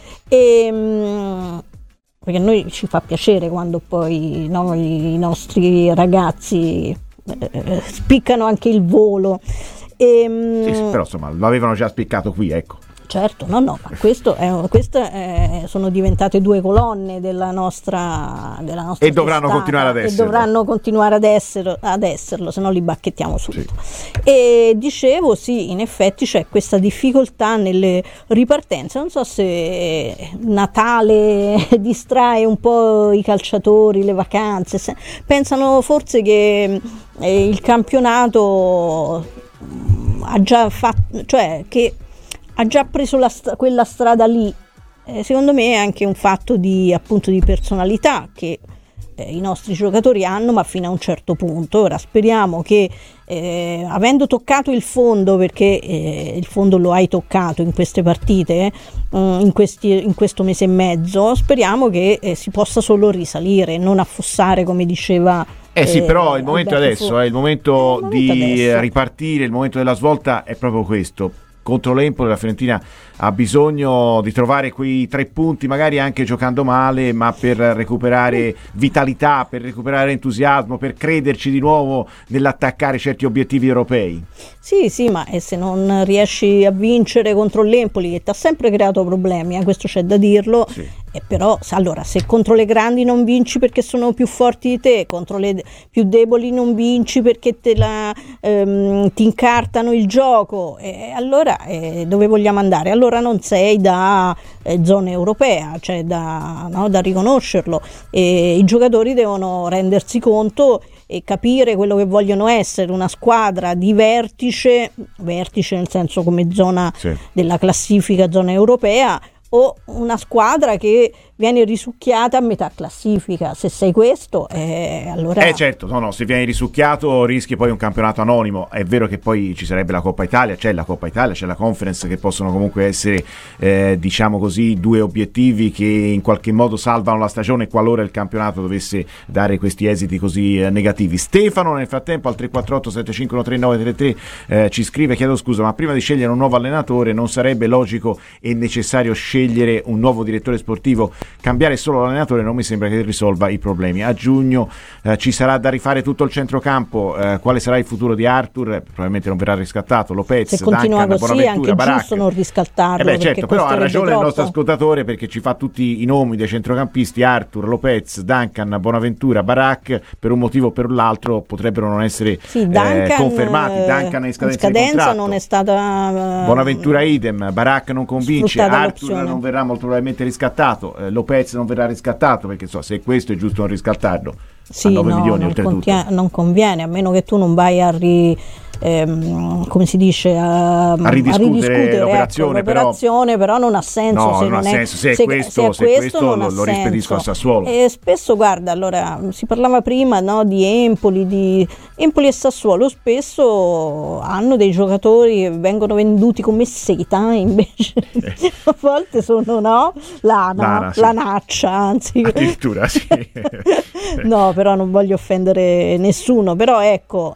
S5: Perché a noi ci fa piacere quando poi i nostri ragazzi spiccano anche il volo.
S4: Sì, però insomma l'avevano già spiccato qui, ecco.
S5: Certo, ma queste sono diventate 2 colonne della nostra
S4: e dovranno continuare ad esserlo.
S5: E dovranno continuare ad esserlo, se no li bacchettiamo subito. Sì. E dicevo, sì, in effetti c'è questa difficoltà nelle ripartenze. Non so se Natale distrae un po' i calciatori, le vacanze. Pensano forse che il campionato ha già fatto, cioè che ha già preso quella strada lì. Secondo me è anche un fatto di personalità che i nostri giocatori hanno, ma fino a un certo punto. Ora speriamo che avendo toccato il fondo, perché il fondo lo hai toccato in queste partite, in questo mese e mezzo, speriamo che si possa solo risalire, non affossare, come diceva
S4: sì, però il momento adesso è il momento di ripartire, il momento della svolta è proprio questo. Contro l'Empoli la Fiorentina ha bisogno di trovare quei 3 punti, magari anche giocando male, ma per recuperare vitalità, per recuperare entusiasmo, per crederci di nuovo nell'attaccare certi obiettivi europei.
S5: Sì, ma se non riesci a vincere contro l'Empoli, che ti ha sempre creato problemi, questo c'è da dirlo, sì. Però allora, se contro le grandi non vinci perché sono più forti di te, contro le più deboli non vinci perché ti incartano il gioco, allora dove vogliamo andare? Allora non sei da zona europea, cioè da riconoscerlo, e i giocatori devono rendersi conto e capire quello che vogliono essere, una squadra di vertice nel senso come zona della classifica, zona europea, o una squadra che viene risucchiata a metà classifica. Se sei questo, allora...
S4: certo, no, se vieni risucchiato rischi poi un campionato anonimo. È vero che poi ci sarebbe la Coppa Italia, c'è la Conference, che possono comunque essere, diciamo così, due obiettivi che in qualche modo salvano la stagione qualora il campionato dovesse dare questi esiti così negativi. Stefano nel frattempo al 348 7513 933 ci scrive: chiedo scusa, ma prima di scegliere un nuovo allenatore non sarebbe logico e necessario scegliere un nuovo direttore sportivo? Cambiare solo l'allenatore non mi sembra che risolva i problemi. A giugno ci sarà da rifare tutto il centrocampo. Quale sarà il futuro di Arthur? Probabilmente non verrà riscattato. Lopez,
S5: se continua
S4: Duncan,
S5: così,
S4: Bonaventura,
S5: anche
S4: Barak.
S5: giusto non riscattarlo.
S4: Certo, però ha ragione il nostro ascoltatore, perché ci fa tutti i nomi dei centrocampisti: Arthur, Lopez, Duncan, Bonaventura, Barak. Per un motivo o per l'altro potrebbero non essere confermati. Duncan è in scadenza di contratto,
S5: non è stata
S4: Bonaventura idem, Barak non convince, Arthur non verrà molto probabilmente riscattato, Lopez non verrà riscattato, perché se questo è giusto non riscattarlo a 9 milioni oltretutto.
S5: Non conviene, a meno che tu non vai a come si dice, a ridiscutere l'operazione, però non ha senso.
S4: Se è questo lo rispedisco a Sassuolo.
S5: E spesso, guarda, allora si parlava prima, no, di Empoli e Sassuolo spesso hanno dei giocatori che vengono venduti come seta, invece a volte sono lanaccia, anzi
S4: addirittura sì.
S5: No, però non voglio offendere nessuno, però ecco,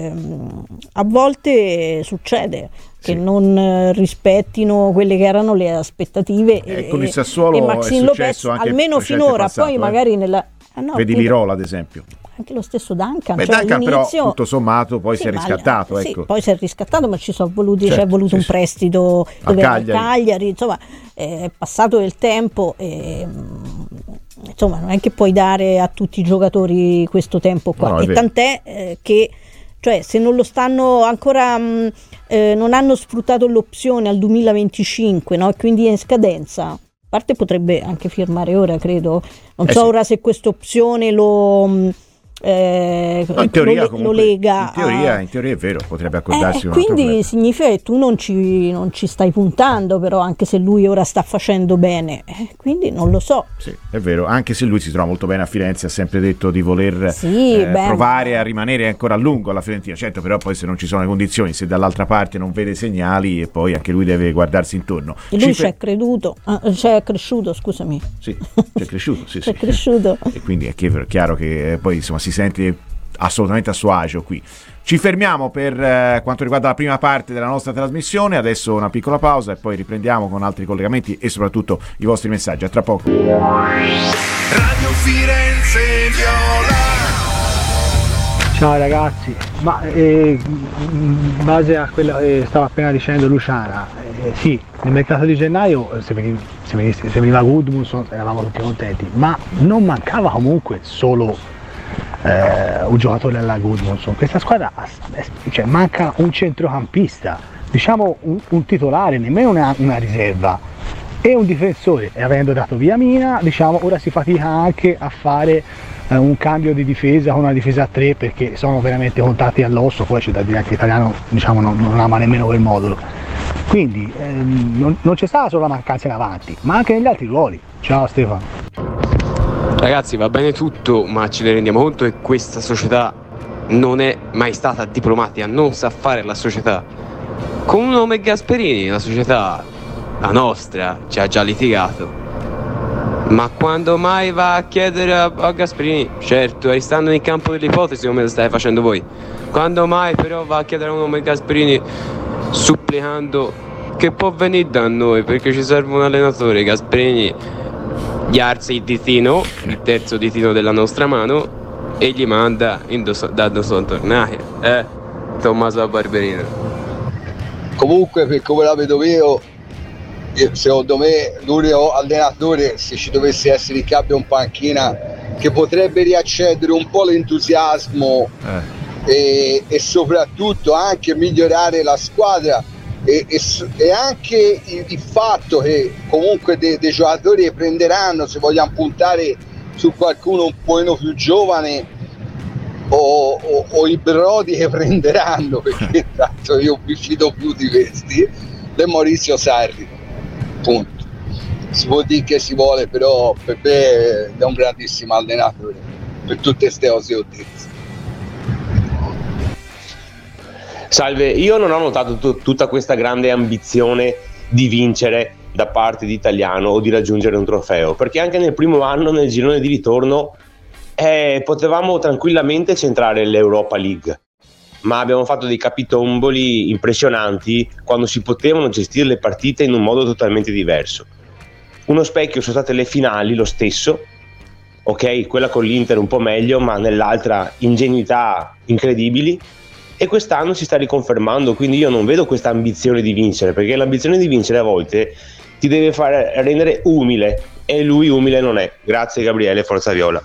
S5: a volte succede che non rispettino quelle che erano le aspettative,
S4: con il Sassuolo
S5: e Maxime Lopez,
S4: anche
S5: almeno finora,
S4: passato,
S5: poi magari
S4: vedi Lirola ad esempio,
S5: anche lo stesso Duncan.
S4: Duncan però tutto sommato poi si è riscattato, ecco.
S5: Poi si è riscattato, ma c'è voluto un prestito dove era Cagliari, insomma è passato del tempo e insomma non è che puoi dare a tutti i giocatori questo tempo qua, e tant'è che, cioè, se non lo stanno ancora non hanno sfruttato l'opzione al 2025, no? Quindi è in scadenza. A parte potrebbe anche firmare ora, credo, non so ora se questa opzione lo lega.
S4: In teoria è vero, potrebbe accordarsi.
S5: Quindi significa che tu non ci stai puntando, però, anche se lui ora sta facendo bene, quindi non lo so.
S4: Sì, è vero, anche se lui si trova molto bene a Firenze, ha sempre detto di voler provare a rimanere ancora a lungo alla Fiorentina. Certo, però poi se non ci sono le condizioni, se dall'altra parte non vede segnali, e poi anche lui deve guardarsi intorno.
S5: E lui c'è cresciuto, scusami.
S4: Sì, c'è cresciuto, sì.
S5: C'è cresciuto.
S4: E quindi è chiaro che poi insomma si sente assolutamente a suo agio qui. Ci fermiamo per quanto riguarda la prima parte della nostra trasmissione, adesso una piccola pausa e poi riprendiamo con altri collegamenti e soprattutto i vostri messaggi. A tra poco.
S8: Radio Firenze Viola.
S9: Ciao ragazzi, ma in base a quello che stava appena dicendo Luciana, sì, nel mercato di gennaio se veniva Gudmundsson eravamo tutti contenti, ma non mancava comunque solo un giocatore alla Gudmundsson. Questa squadra manca un centrocampista, diciamo un titolare, nemmeno una riserva, e un difensore, e avendo dato via Mina, diciamo ora si fatica anche a fare un cambio di difesa con una difesa a 3, perché sono veramente contati all'osso. Poi c'è da dire che l'italiano, diciamo, non ama nemmeno quel modulo, quindi non c'è stata solo la mancanza in avanti, ma anche negli altri ruoli. Ciao Stefano.
S10: Ragazzi, va bene tutto, ma ce ne rendiamo conto che questa società non è mai stata diplomatica, non sa fare la società. Con un nome Gasperini, la società, la nostra, ci ha già litigato. Ma quando mai va a chiedere a Gasperini, certo, restando nel campo dell'ipotesi come lo state facendo voi, quando mai però va a chiedere un nome Gasperini supplicando che può venire da noi perché ci serve un allenatore, Gasperini gli alza il ditino, il terzo ditino della nostra mano, e gli manda da dove sono tornati, Tommaso Barberino.
S11: Comunque, per come la vedo io, secondo me l'unico allenatore, se ci dovesse essere il cambio in panchina, che potrebbe riaccendere un po' l'entusiasmo e soprattutto anche migliorare la squadra, e anche il fatto che comunque dei giocatori che prenderanno, se vogliamo puntare su qualcuno un pochino più giovane, o i brodi che prenderanno, perché tanto io mi fido più di questi, di Maurizio Sarri, punto. Si può dire che si vuole, però per me è un grandissimo allenatore, per tutte queste cose che ho detto.
S10: Salve, io non ho notato tutta questa grande ambizione di vincere da parte di Italiano o di raggiungere un trofeo, perché anche nel primo anno, nel girone di ritorno, potevamo tranquillamente centrare l'Europa League, ma abbiamo fatto dei capitomboli impressionanti quando si potevano gestire le partite in un modo totalmente diverso. Uno specchio sono state le finali, lo stesso, ok, quella con l'Inter un po' meglio, ma nell'altra ingenuità incredibili, e quest'anno si sta riconfermando, quindi io non vedo questa ambizione di vincere, perché l'ambizione di vincere a volte ti deve fare rendere umile, e lui umile non è. Grazie Gabriele, Forza Viola.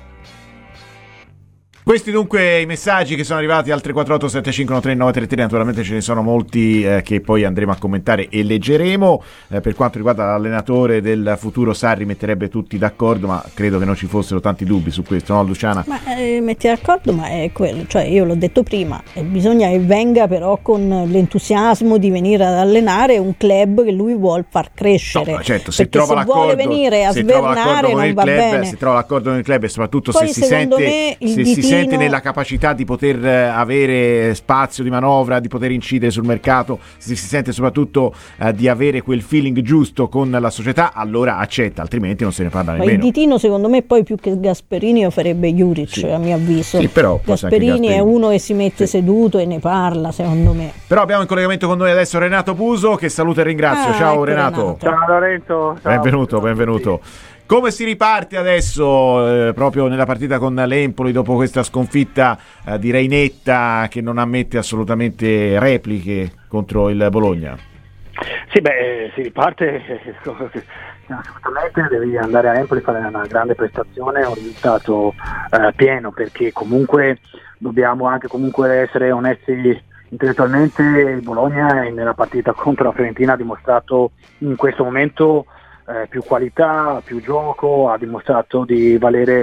S4: Questi dunque i messaggi che sono arrivati al 348-751-3933, naturalmente ce ne sono molti che poi andremo a commentare e leggeremo. Per quanto riguarda l'allenatore del futuro, Sarri metterebbe tutti d'accordo, ma credo che non ci fossero tanti dubbi su questo, no Luciana?
S5: Ma metti d'accordo, ma è quello, cioè io l'ho detto prima, bisogna che venga però con l'entusiasmo di venire ad allenare un club che lui vuol far crescere.
S4: No, certo, se
S5: perché
S4: trova
S5: se vuole venire a svernare non va bene.
S4: Se trova l'accordo con il club, e soprattutto
S5: poi,
S4: se si sente nella capacità di poter avere spazio di manovra, di poter incidere sul mercato, se si sente soprattutto di avere quel feeling giusto con la società, allora accetta, altrimenti non se ne parla nemmeno.
S5: Ma il ditino secondo me poi più che Gasperini lo farebbe Juric, sì, a mio avviso.
S4: Sì, però
S5: Gasperini è uno che si mette seduto e ne parla, secondo me.
S4: Però abbiamo in collegamento con noi adesso Renato Puso, che saluto e ringrazio. Ciao ecco Renato.
S12: Ciao Lorenzo. Ciao.
S4: Benvenuto. Come si riparte adesso proprio nella partita con l'Empoli dopo questa sconfitta direi netta, che non ammette assolutamente repliche contro il Bologna?
S12: Sì, si riparte, assolutamente devi andare a Empoli, fare una grande prestazione, un risultato pieno, perché comunque dobbiamo anche essere onesti intellettualmente. Il Bologna nella partita contro la Fiorentina ha dimostrato in questo momento più qualità, più gioco, ha dimostrato di valere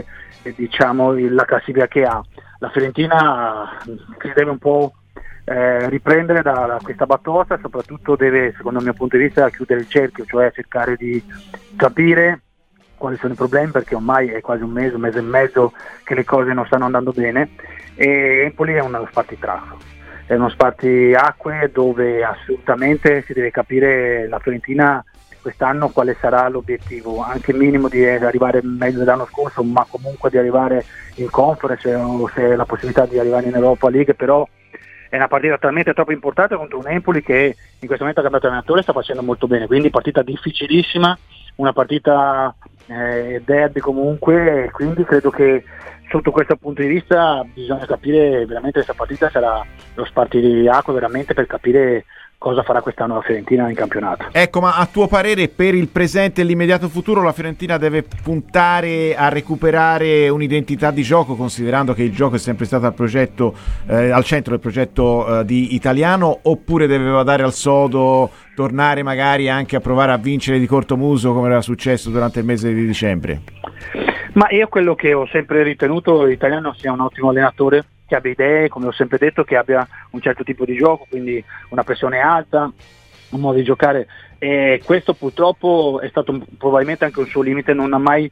S12: la classifica che ha. La Fiorentina si deve un po' riprendere da questa batosta, soprattutto deve, secondo il mio punto di vista, chiudere il cerchio, cioè cercare di capire quali sono i problemi, perché ormai è quasi un mese e mezzo che le cose non stanno andando bene, e Empoli è uno spartitrafo, è uno spartiacque dove assolutamente si deve capire la Fiorentina quest'anno quale sarà l'obiettivo, anche minimo di arrivare meglio dell'anno scorso, ma comunque di arrivare in Conference o se la possibilità di arrivare in Europa League. Però è una partita talmente troppo importante contro un Empoli che in questo momento ha cambiato allenatore, sta facendo molto bene, quindi partita difficilissima, una partita derby comunque, quindi credo che sotto questo punto di vista bisogna capire veramente, questa partita sarà lo spartiacque veramente per capire cosa farà quest'anno la Fiorentina in campionato.
S4: Ecco, ma a tuo parere per il presente e l'immediato futuro la Fiorentina deve puntare a recuperare un'identità di gioco, considerando che il gioco è sempre stato al centro del progetto di Italiano, oppure deve dare al sodo, tornare magari anche a provare a vincere di cortomuso come era successo durante il mese di dicembre?
S12: Ma io quello che ho sempre ritenuto, l'Italiano sia un ottimo allenatore, che abbia idee, come ho sempre detto, che abbia un certo tipo di gioco, quindi una pressione alta, un modo di giocare, e questo purtroppo è stato probabilmente anche un suo limite, non ha mai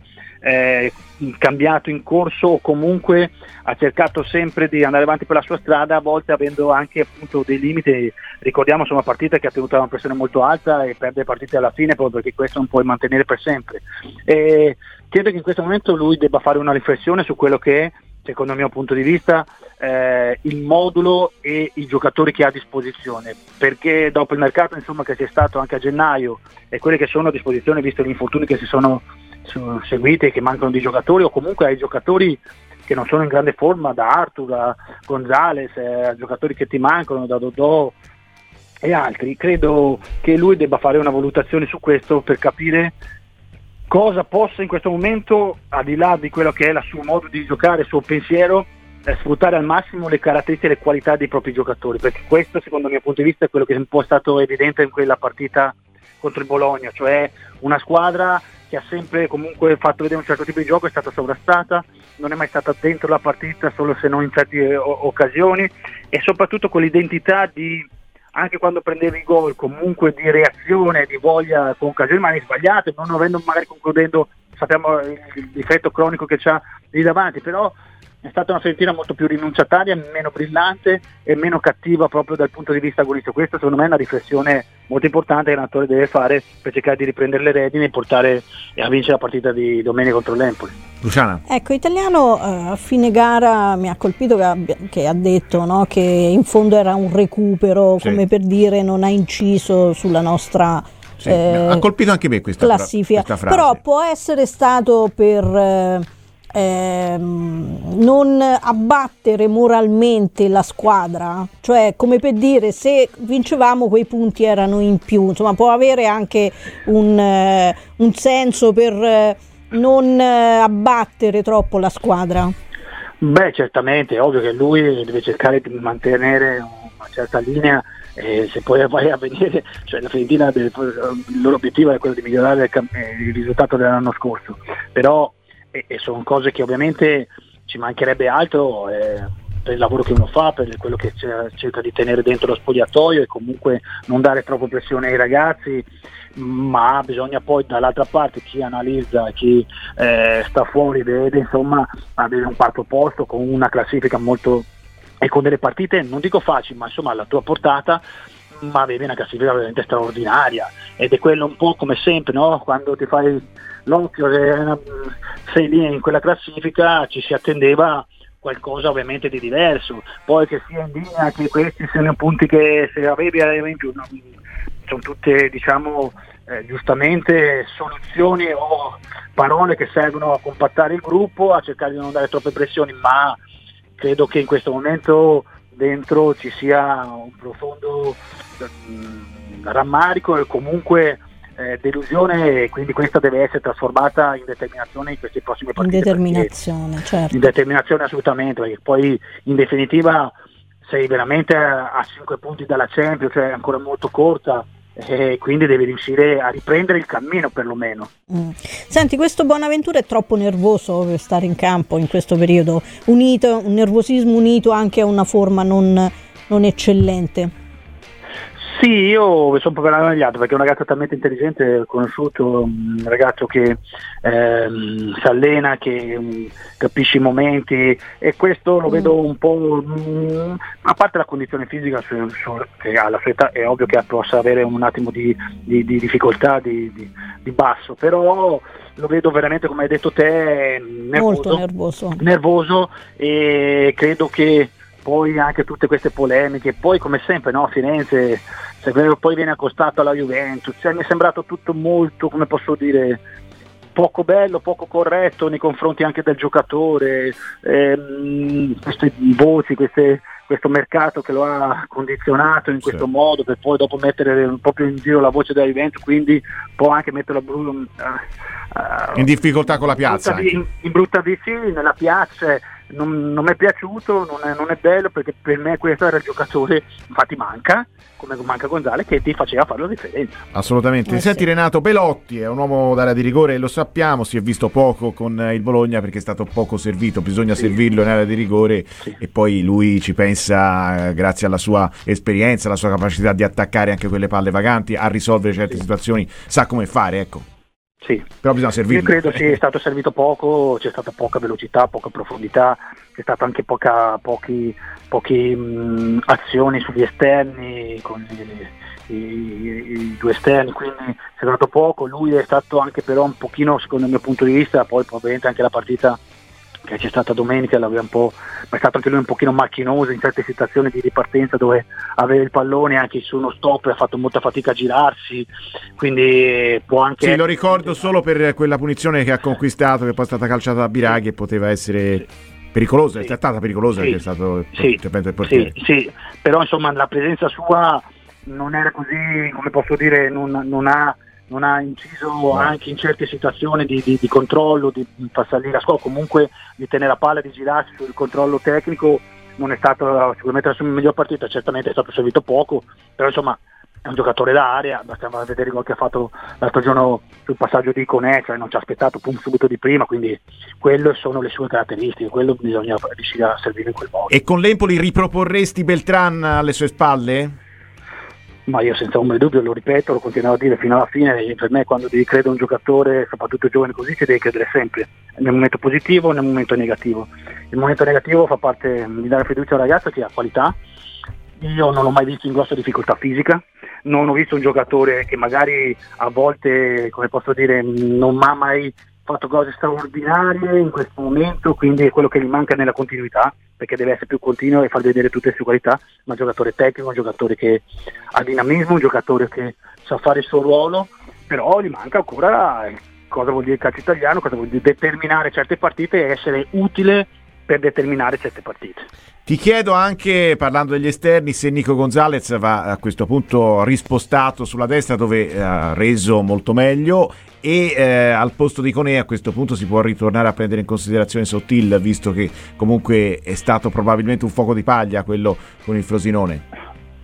S12: cambiato in corso, o comunque ha cercato sempre di andare avanti per la sua strada, a volte avendo anche appunto dei limiti. Ricordiamo una partita che ha tenuto una pressione molto alta e perde partite alla fine, proprio perché questo non puoi mantenere per sempre, e credo che in questo momento lui debba fare una riflessione su quello che è, secondo il mio punto di vista, il modulo e i giocatori che ha a disposizione, perché dopo il mercato che sia stato anche a gennaio e quelli che sono a disposizione, visto gli infortuni che si sono seguiti e che mancano di giocatori, o comunque ai giocatori che non sono in grande forma, da Arthur a Gonzales, giocatori che ti mancano, da Dodò e altri, credo che lui debba fare una valutazione su questo per capire cosa possa in questo momento, al di là di quello che è il suo modo di giocare, il suo pensiero, sfruttare al massimo le caratteristiche e le qualità dei propri giocatori, perché questo secondo il mio punto di vista è quello che è un po' stato evidente in quella partita contro il Bologna, cioè una squadra che ha sempre comunque fatto vedere un certo tipo di gioco, è stata sovrastata, non è mai stata dentro la partita solo se non in certe occasioni, e soprattutto con l'identità di, anche quando prendevi i gol, comunque di reazione, di voglia con occasioni mani sbagliate, non avendo magari concludendo, sappiamo il difetto cronico che c'ha lì davanti, però è stata una Fiorentina molto più rinunciataria, meno brillante e meno cattiva proprio dal punto di vista agonistico. Questa secondo me è una riflessione molto importante che l'allenatore deve fare per cercare di riprendere le redini e portare a vincere la partita di domenica contro l'Empoli.
S4: Luciana.
S5: Ecco, Italiano a fine gara mi ha colpito che ha detto, no, che in fondo era un recupero, sì, come per dire non ha inciso sulla nostra
S4: ha colpito anche me questa
S5: classifica,
S4: questa frase.
S5: Però può essere stato per non abbattere moralmente la squadra, cioè come per dire se vincevamo quei punti erano in più, insomma può avere anche un senso per non abbattere troppo la squadra.
S12: Beh, certamente, è ovvio che lui deve cercare di mantenere una certa linea, e se poi vai a vedere, cioè la Fiorentina il loro obiettivo è quello di migliorare il risultato dell'anno scorso, però e sono cose che ovviamente ci mancherebbe altro per il lavoro che uno fa, per quello che cerca di tenere dentro lo spogliatoio e comunque non dare troppo pressione ai ragazzi, ma bisogna poi dall'altra parte chi analizza, chi sta fuori vede insomma avere un quarto posto con una classifica molto e con delle partite non dico facili ma insomma alla tua portata, ma avevi una classifica veramente straordinaria ed è quello un po' come sempre, no? Quando ti fai l'occhio sei lì in quella classifica ci si attendeva qualcosa ovviamente di diverso, poi che sia in linea che questi siano punti che se avevi in più, no? Sono tutte diciamo giustamente soluzioni o parole che servono a compattare il gruppo, a cercare di non dare troppe pressioni, ma credo che in questo momento dentro ci sia un profondo rammarico e comunque delusione, e quindi questa deve essere trasformata in determinazione in queste prossime partite.
S5: In determinazione, certo.
S12: In determinazione assolutamente, perché poi in definitiva sei veramente a 5 punti dalla Champions, cioè ancora molto corta, e quindi devi riuscire a riprendere il cammino perlomeno.
S5: Senti, questo Bonaventura è troppo nervoso per stare in campo in questo periodo, unito, un nervosismo unito anche a una forma non eccellente.
S12: Sì, io mi sono un po' meravigliato perché è un ragazzo talmente intelligente, ho conosciuto un ragazzo che si allena, che capisce i momenti, e questo lo vedo un po', a parte la condizione fisica che alla sua età è ovvio che possa avere un attimo di difficoltà, di basso, però lo vedo veramente, come hai detto te,
S5: molto
S12: nervoso, e credo che poi anche tutte queste polemiche, poi come sempre no, Firenze poi viene accostato alla Juventus, cioè, mi è sembrato tutto molto, come posso dire, poco bello, poco corretto nei confronti anche del giocatore, queste voci, questo mercato che lo ha condizionato in questo modo per poi dopo mettere proprio in giro la voce della Juventus, quindi può anche metterla
S4: in difficoltà con la piazza,
S12: in brutta sì, nella piazza. Non mi è piaciuto, non è bello, perché per me questo era il giocatore, infatti manca, come manca Gonzalez, che ti faceva fare la differenza.
S4: Assolutamente. Senti, sì. Renato Belotti è un uomo d'area di rigore, lo sappiamo, si è visto poco con il Bologna perché è stato poco servito, bisogna servirlo in area di rigore, e poi lui ci pensa grazie alla sua esperienza, alla sua capacità di attaccare anche quelle palle vaganti, a risolvere certe situazioni, sa come fare, ecco.
S12: Sì,
S4: però bisogna servirlo.
S12: Io credo sia stato servito poco, c'è stata poca velocità, poca profondità, c'è stata anche poche azioni sugli esterni con i due esterni, quindi c'è stato poco. Lui è stato anche però un pochino, secondo il mio punto di vista, poi probabilmente anche la partita che c'è stata domenica l'aveva un po', ma è stato anche lui un pochino macchinoso in certe situazioni di ripartenza dove aveva il pallone anche su uno stop, ha fatto molta fatica a girarsi, quindi può anche...
S4: Sì, lo ricordo solo per quella punizione che ha conquistato, che poi è stata calciata da Biraghi e poteva essere pericolosa, è stata pericolosa perché è stato il portiere.
S12: Sì, però insomma la presenza sua non era così, come posso dire, non ha inciso anche in certe situazioni di controllo, di far salire la squadra, comunque di tenere la palla, di girarsi sul controllo tecnico. Non è stato sicuramente la sua miglior partita, certamente è stato servito poco, però insomma è un giocatore d'area, basta vedere gol che ha fatto l'altro giorno sul passaggio di Iconè, cioè non ci ha aspettato subito di prima, quindi quelle sono le sue caratteristiche, quello bisogna riuscire a servire in quel modo.
S4: E con l'Empoli riproporresti Beltran alle sue spalle?
S12: Ma io senza ombra di dubbio, lo ripeto, lo continuerò a dire fino alla fine, e per me quando devi credere un giocatore, soprattutto giovane così, ci devi credere sempre, nel momento positivo e nel momento negativo. Il momento negativo fa parte di dare fiducia a un ragazzo che ha qualità. Io non l'ho mai visto in grossa difficoltà fisica, non ho visto un giocatore che magari a volte, come posso dire, non mi ha mai fatto cose straordinarie in questo momento, quindi è quello che gli manca nella continuità, perché deve essere più continuo e far vedere tutte le sue qualità, ma un giocatore tecnico, un giocatore che ha dinamismo, un giocatore che sa fare il suo ruolo, però gli manca ancora cosa vuol dire il calcio italiano, cosa vuol dire determinare certe partite e essere utile per determinare certe partite.
S4: Ti chiedo anche, parlando degli esterni, se Nico Gonzalez va a questo punto rispostato sulla destra, dove ha reso molto meglio, e al posto di Iconè a questo punto si può ritornare a prendere in considerazione Sottil, visto che comunque è stato probabilmente un fuoco di paglia quello con il Frosinone.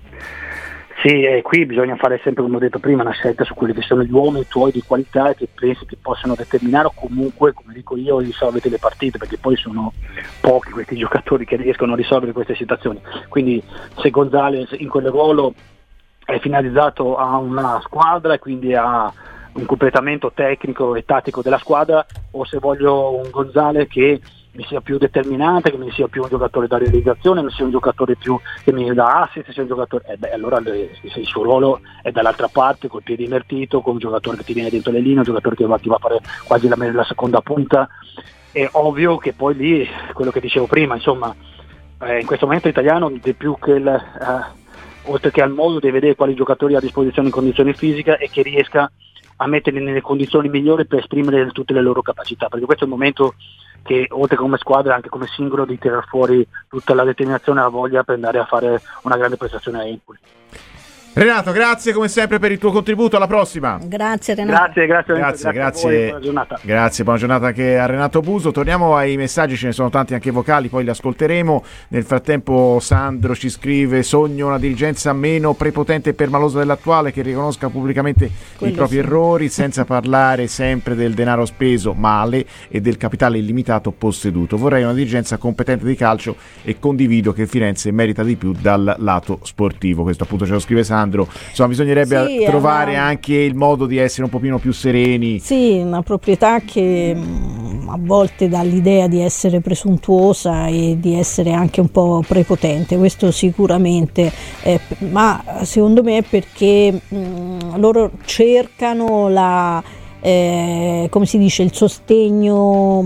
S12: Sì, qui bisogna fare sempre, come ho detto prima, una scelta su quelli che sono gli uomini tuoi di qualità e che pensi che possano determinare o comunque, come dico io, risolvere le partite, perché poi sono pochi questi giocatori che riescono a risolvere queste situazioni. Quindi se Gonzalez in quel ruolo è finalizzato a una squadra e quindi a un completamento tecnico e tattico della squadra, o se voglio un Gonzalez che mi sia più determinante, che mi sia più un giocatore da realizzazione, mi sia un giocatore più che mi dà assist, sia un giocatore, allora il suo ruolo è dall'altra parte, col piede invertito, con un giocatore che ti viene dentro le linee, un giocatore che ti va a fare quasi la seconda punta. È ovvio che poi lì, quello che dicevo prima, insomma, in questo momento italiano di più che oltre che al modo di vedere quali giocatori ha a disposizione in condizioni fisiche e che riesca a metterli nelle condizioni migliori per esprimere tutte le loro capacità, perché questo è il momento che oltre che come squadra anche come singolo di tirare fuori tutta la determinazione e la voglia per andare a fare una grande prestazione a Empoli.
S4: Renato, grazie come sempre per il tuo contributo, alla prossima.
S5: Grazie Renato.
S12: Grazie. Buona giornata.
S4: Grazie, buona giornata anche a Renato Buso. Torniamo ai messaggi, ce ne sono tanti anche vocali, poi li ascolteremo. Nel frattempo Sandro ci scrive: sogno una dirigenza meno prepotente e permalosa dell'attuale, che riconosca pubblicamente i propri errori, senza parlare sempre del denaro speso male e del capitale illimitato posseduto. Vorrei una dirigenza competente di calcio e condivido che Firenze merita di più dal lato sportivo. Questo appunto ce lo scrive Sandro. Insomma, bisognerebbe trovare anche il modo di essere un pochino più sereni.
S5: Sì, una proprietà che a volte dà l'idea di essere presuntuosa e di essere anche un po' prepotente, questo sicuramente, ma secondo me è perché loro cercano come si dice, il sostegno,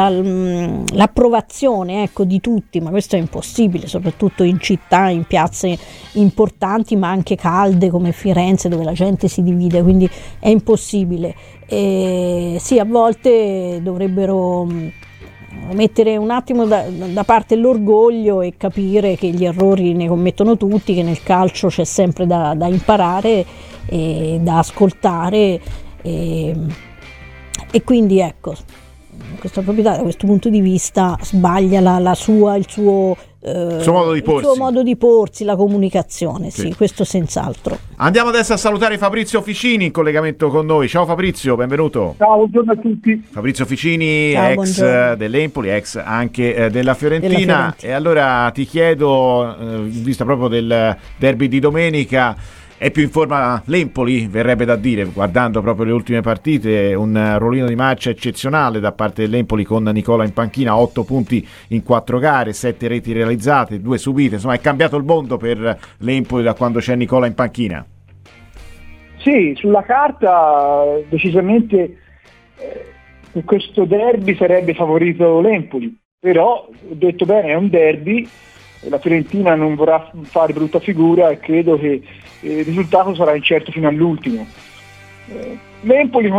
S5: l'approvazione, ecco, di tutti, ma questo è impossibile, soprattutto in città, in piazze importanti ma anche calde come Firenze, dove la gente si divide, quindi è impossibile. Sì, a volte dovrebbero mettere un attimo da parte l'orgoglio e capire che gli errori ne commettono tutti, che nel calcio c'è sempre da imparare e da ascoltare. E quindi ecco, questa proprietà da questo punto di vista sbaglia il suo modo di porsi, la comunicazione, sì, questo senz'altro.
S4: Andiamo adesso a salutare Fabrizio Ficini in collegamento con noi. Ciao Fabrizio, benvenuto.
S13: Ciao, buongiorno a tutti.
S4: Fabrizio Ficini, ex dell'Empoli, ex anche della Fiorentina. E allora ti chiedo, in vista proprio del derby di domenica, è più in forma l'Empoli, verrebbe da dire, guardando proprio le ultime partite, un rollino di marcia eccezionale da parte dell'Empoli con Nicola in panchina, 8 punti in 4 gare, 7 reti realizzate, 2 subite, insomma è cambiato il mondo per l'Empoli da quando c'è Nicola in panchina.
S13: Sì, sulla carta decisamente in questo derby sarebbe favorito l'Empoli, però ho detto bene, è un derby, la Fiorentina non vorrà fare brutta figura e credo che il risultato sarà incerto fino all'ultimo. L'Empoli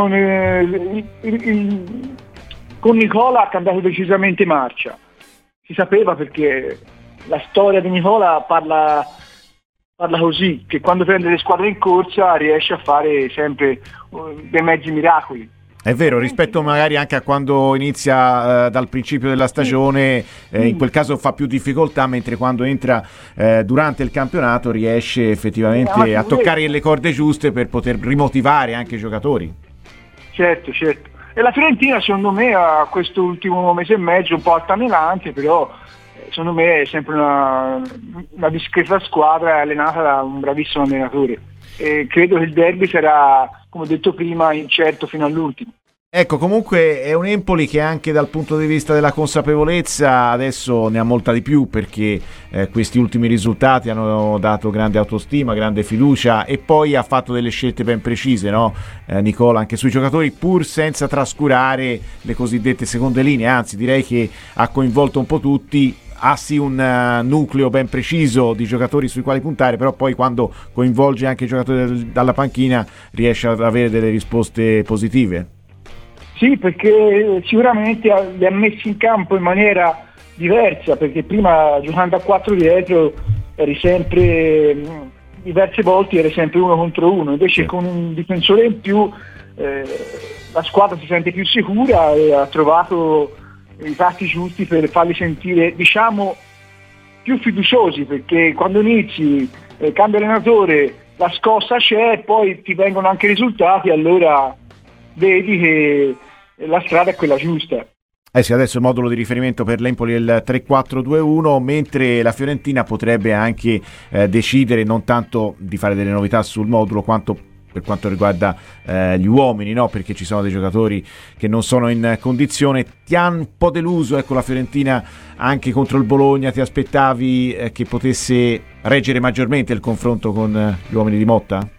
S13: con Nicola ha cambiato decisamente marcia, si sapeva, perché la storia di Nicola parla così, che quando prende le squadre in corsa riesce a fare sempre dei mezzi miracoli.
S4: È vero, rispetto magari anche a quando inizia dal principio della stagione, in quel caso fa più difficoltà, mentre quando entra durante il campionato riesce effettivamente a toccare le corde giuste per poter rimotivare anche i giocatori.
S13: Certo. E la Fiorentina secondo me a questo ultimo mese e mezzo un po' altalenante, però secondo me è sempre una discreta squadra allenata da un bravissimo allenatore. E credo che il derby sarà, come ho detto prima, incerto fino all'ultimo.
S4: Ecco, comunque è un Empoli che anche dal punto di vista della consapevolezza adesso ne ha molta di più, perché questi ultimi risultati hanno dato grande autostima, grande fiducia, e poi ha fatto delle scelte ben precise, no? Nicola, anche sui giocatori, pur senza trascurare le cosiddette seconde linee, anzi direi che ha coinvolto un po' tutti. Ha sì un nucleo ben preciso di giocatori sui quali puntare, però poi quando coinvolge anche i giocatori dalla panchina riesce ad avere delle risposte positive.
S13: Sì, perché sicuramente li ha messi in campo in maniera diversa, perché prima giocando a 4 dietro eri sempre, diverse volte eri sempre 1 contro 1, invece con un difensore in più la squadra si sente più sicura e ha trovato i tratti giusti per farli sentire, diciamo, più fiduciosi, perché quando inizi, cambia allenatore, la scossa c'è, poi ti vengono anche i risultati, allora vedi che la strada è quella giusta.
S4: Sì, adesso il modulo di riferimento per l'Empoli è il 3-4-2-1, mentre la Fiorentina potrebbe anche decidere non tanto di fare delle novità sul modulo quanto per quanto riguarda gli uomini, no? Perché ci sono dei giocatori che non sono in condizione. Ti ha un po' deluso, ecco, la Fiorentina anche contro il Bologna? Ti aspettavi che potesse reggere maggiormente il confronto con gli uomini di Motta?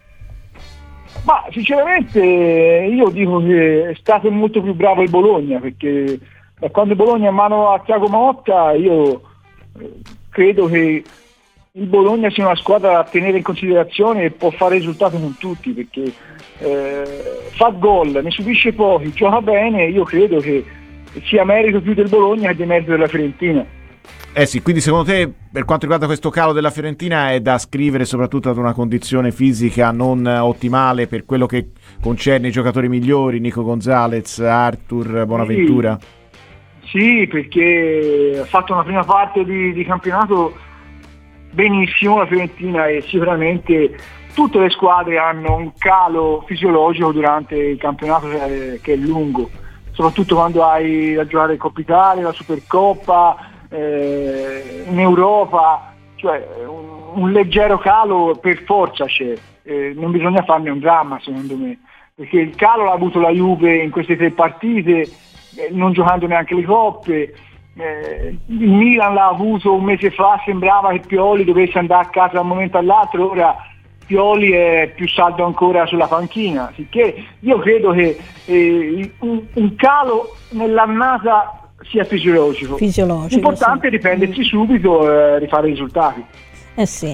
S13: Ma sinceramente io dico che è stato molto più bravo il Bologna, perché quando il Bologna ha mano a Thiago Motta io credo che il Bologna sia una squadra da tenere in considerazione e può fare risultati con tutti, perché fa gol, ne subisce pochi, gioca bene. Io credo che sia merito più del Bologna che di merito della Fiorentina.
S4: Sì, quindi secondo te per quanto riguarda questo calo della Fiorentina è da ascrivere soprattutto ad una condizione fisica non ottimale per quello che concerne i giocatori migliori, Nico Gonzalez, Arthur, Bonaventura?
S13: Sì, perché ha fatto una prima parte di campionato benissimo la Fiorentina, e sicuramente tutte le squadre hanno un calo fisiologico durante il campionato che è lungo, soprattutto quando hai da giocare in Coppa Italia, la Supercoppa, in Europa, cioè un leggero calo per forza c'è, non bisogna farne un dramma secondo me, perché il calo l'ha avuto la Juve in queste 3 partite, non giocando neanche le coppe. Il Milan l'ha avuto un mese fa, sembrava che Pioli dovesse andare a casa da un momento all'altro, ora Pioli è più saldo ancora sulla panchina, sicché io credo che un calo nell'annata sia fisiologico. L'importante è riprendersi subito e rifare i risultati.
S5: Sì.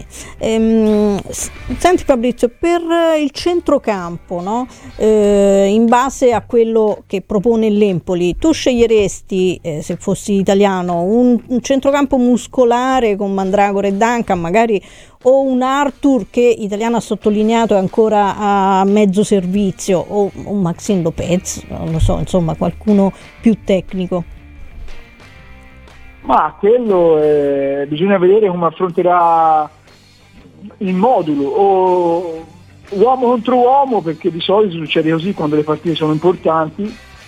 S5: Senti Fabrizio, per il centrocampo, no? In base a quello che propone l'Empoli, tu sceglieresti, se fossi italiano, un centrocampo muscolare con Mandragora e Duncan magari, o un Arthur che Italiano ha sottolineato è ancora a mezzo servizio, o un Maxime Lopez, non lo so, insomma qualcuno più tecnico?
S13: Ma quello bisogna vedere come affronterà il modulo, o uomo contro uomo, perché di solito succede così quando le partite sono importanti.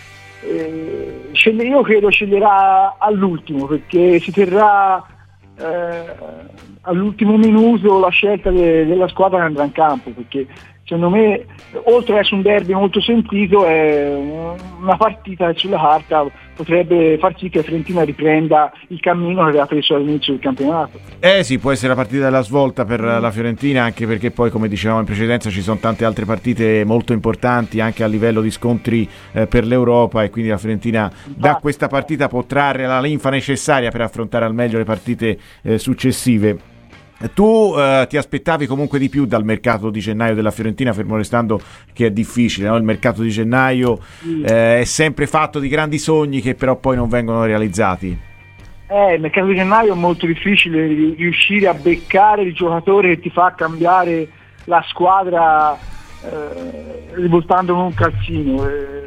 S13: Io credo sceglierà all'ultimo, perché si terrà all'ultimo minuto la scelta della squadra che andrà in campo, perché secondo me, oltre ad essere un derby molto sentito, è una partita che sulla carta potrebbe far sì che la Fiorentina riprenda il cammino che aveva preso all'inizio del campionato.
S4: Sì, può essere la partita della svolta per la Fiorentina, anche perché poi, come dicevamo in precedenza, ci sono tante altre partite molto importanti anche a livello di scontri per l'Europa, e quindi la Fiorentina da questa partita può trarre la linfa necessaria per affrontare al meglio le partite successive. Tu ti aspettavi comunque di più dal mercato di gennaio della Fiorentina, fermo restando che è difficile, no? Il mercato di gennaio è sempre fatto di grandi sogni che però poi non vengono realizzati.
S13: Il mercato di gennaio è molto difficile riuscire a beccare il giocatore che ti fa cambiare la squadra rivoltando con un calzino.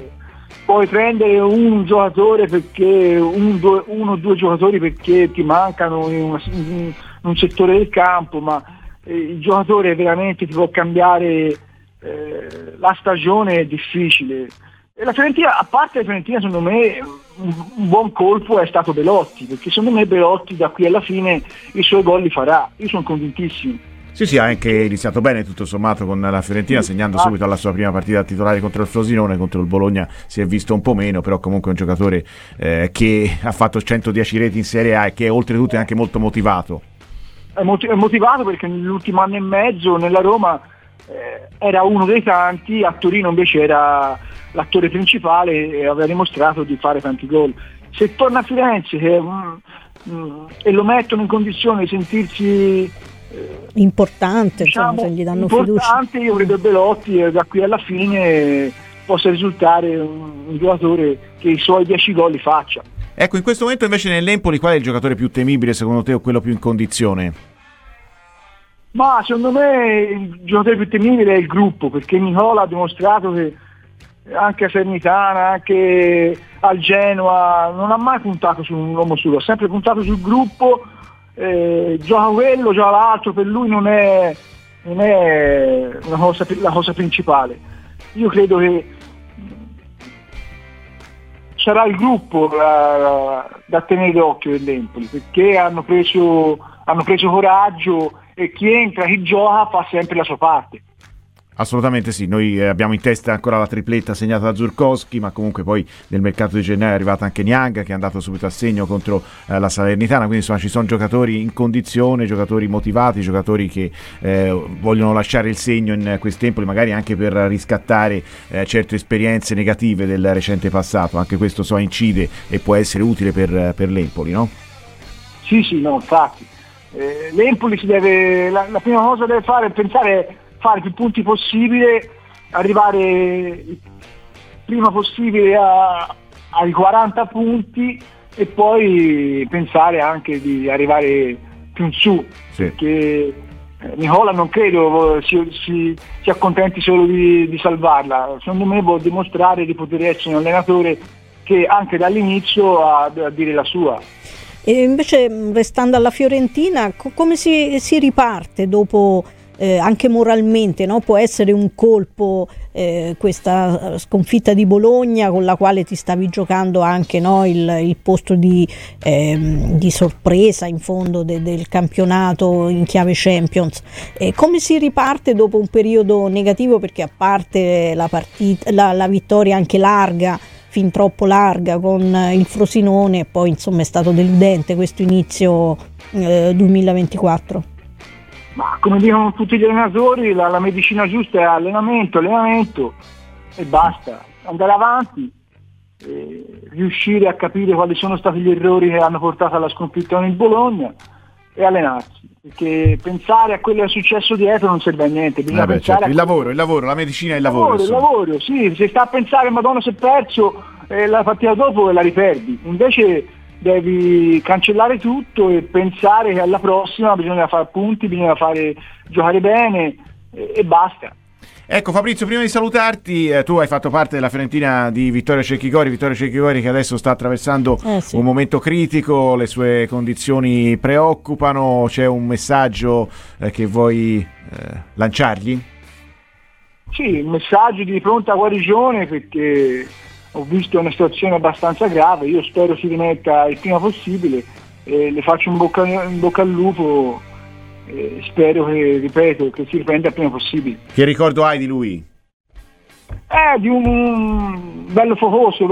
S13: puoi prendere un giocatore perché uno o due giocatori perché ti mancano in un settore del campo, ma il giocatore veramente ti può cambiare la stagione, è difficile. E la Fiorentina, a parte la Fiorentina, secondo me un buon colpo è stato Belotti, perché secondo me Belotti da qui alla fine i suoi gol li farà, io sono convintissimo.
S4: Sì, ha anche iniziato bene tutto sommato con la Fiorentina, segnando subito alla sua prima partita titolare contro il Frosinone. Contro il Bologna si è visto un po' meno, però comunque è un giocatore che ha fatto 110 reti in Serie A e che oltretutto è anche molto motivato.
S13: È motivato perché nell'ultimo anno e mezzo nella Roma era uno dei tanti, a Torino invece era l'attore principale e aveva dimostrato di fare tanti gol. Se torna a Firenze e lo mettono in condizione di sentirsi
S5: importante,
S13: diciamo,
S5: se gli danno
S13: importante,
S5: fiducia.
S13: io credo Belotti da qui alla fine possa risultare un giocatore che i suoi 10 gol li faccia.
S4: Ecco, in questo momento invece nell'Empoli qual è il giocatore più temibile secondo te o quello più in condizione?
S13: Ma secondo me il giocatore più temibile è il gruppo, perché Nicola ha dimostrato che anche a Salernitana, anche al Genoa, non ha mai puntato su un uomo solo, ha sempre puntato sul gruppo, gioca quello, gioca l'altro, per lui non è la cosa principale. Io credo che sarà il gruppo da tenere d'occhio dell'Empoli, perché hanno preso coraggio e chi entra, chi gioca fa sempre la sua parte.
S4: Assolutamente sì, noi abbiamo in testa ancora la tripletta segnata da Żurkowski, ma comunque poi nel mercato di gennaio è arrivata anche Niang, che è andato subito a segno contro la Salernitana, quindi insomma ci sono giocatori in condizione, giocatori motivati, giocatori che vogliono lasciare il segno in quest'Empoli, magari anche per riscattare certe esperienze negative del recente passato. Anche questo incide e può essere utile per l'Empoli, no?
S13: Sì, no, infatti l'Empoli la prima cosa deve fare è pensare fare più punti possibile, arrivare il prima possibile ai 40 punti e poi pensare anche di arrivare più in su, sì. Perché Nicola non credo si accontenti solo di salvarla, secondo me può dimostrare di poter essere un allenatore che anche dall'inizio ha a dire la sua.
S5: E invece, restando alla Fiorentina, come si riparte dopo, anche moralmente, no? Può essere un colpo questa sconfitta di Bologna, con la quale ti stavi giocando anche, no? il posto di sorpresa in fondo del campionato in chiave Champions. Come si riparte dopo un periodo negativo, perché a parte la vittoria anche larga, fin troppo larga con il Frosinone, poi insomma è stato deludente questo inizio 2024.
S13: Ma come dicono tutti gli allenatori, la medicina giusta è allenamento e basta, andare avanti, riuscire a capire quali sono stati gli errori che hanno portato alla sconfitta con il Bologna e allenarsi, perché pensare a quello che è successo dietro non serve a niente. Bisogna pensare
S4: certo. Il lavoro, la medicina è il lavoro.
S13: Il lavoro, sì, se sta a pensare Madonna si è perso, la partita dopo la riperdi, invece devi cancellare tutto e pensare che alla prossima bisogna fare punti, bisogna giocare bene e basta.
S4: Ecco Fabrizio, prima di salutarti, tu hai fatto parte della Fiorentina di Vittorio Cecchigori che adesso sta attraversando un momento critico, le sue condizioni preoccupano, c'è un messaggio che vuoi lanciargli?
S13: Sì, un messaggio di pronta guarigione, perché ho visto una situazione abbastanza grave, io spero si rimetta il prima possibile, le faccio in bocca al lupo. Spero che si riprenda il prima possibile.
S4: Che ricordo hai di lui?
S13: Di un bello focoso,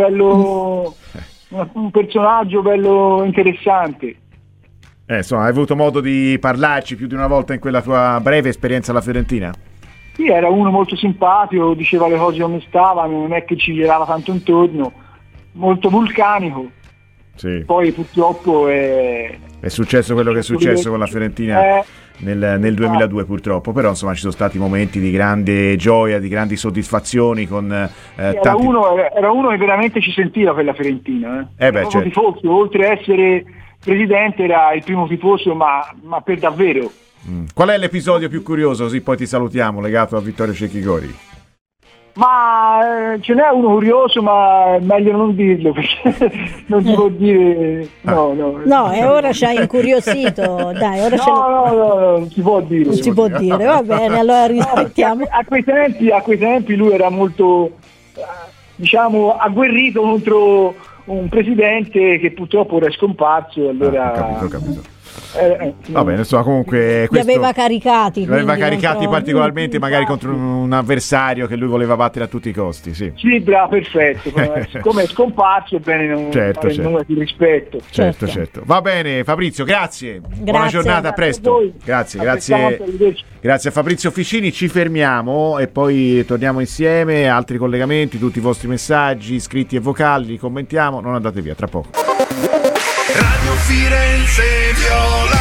S13: un personaggio bello interessante.
S4: Insomma, hai avuto modo di parlarci più di una volta in quella tua breve esperienza alla Fiorentina?
S13: Sì, era uno molto simpatico, diceva le cose come stavano, non è che ci girava tanto intorno, molto vulcanico.
S4: Sì.
S13: Poi purtroppo è
S4: successo quello che è successo con la Fiorentina nel 2002 purtroppo, però insomma ci sono stati momenti di grande gioia, di grandi soddisfazioni con
S13: era uno che veramente ci sentiva per la Fiorentina.
S4: Certo.
S13: Tifoso, oltre a essere presidente era il primo tifoso, ma per davvero.
S4: Qual è l'episodio più curioso, così poi ti salutiamo, legato a Vittorio Cecchigori?
S13: Ma ce n'è uno curioso, ma è meglio non dirlo perché non si può dire. No,
S5: e ora ci hai incuriosito. Dai, ora
S13: no, non si può dire.
S5: Non si può dire, va bene, allora rispettiamo.
S13: A quei tempi lui era molto, diciamo, agguerrito contro un presidente che purtroppo ora è scomparso. Allora.
S4: Ho capito. Va bene, insomma, comunque
S5: li aveva caricati
S4: particolarmente magari contro un avversario che lui voleva battere a tutti i costi. Sì,
S13: bravo, perfetto. Come è scomparso, è bene non fare il nome di rispetto.
S4: Certo. Va bene, Fabrizio, grazie. Buona giornata, a presto. Grazie a Fabrizio Ficini. Ci fermiamo e poi torniamo insieme. Altri collegamenti, tutti i vostri messaggi scritti e vocali li commentiamo. Non andate via, tra poco.
S8: Radio Firenze Viola.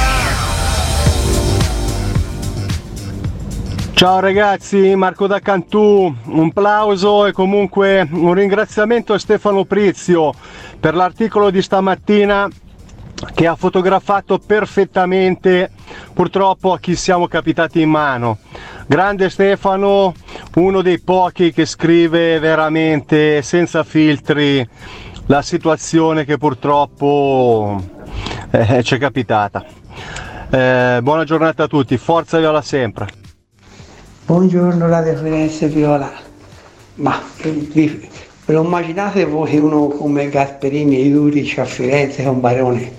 S9: Ciao ragazzi, Marco da Cantù, un plauso e comunque un ringraziamento a Stefano Prizio per l'articolo di stamattina che ha fotografato perfettamente purtroppo a chi siamo capitati in mano. Grande Stefano, uno dei pochi che scrive veramente senza filtri la situazione che purtroppo ci è capitata. Buona giornata a tutti, forza Viola sempre.
S14: Buongiorno Radio Firenze Viola, ma ve lo immaginate voi uno come Gasperini e Juric a Firenze con Barone?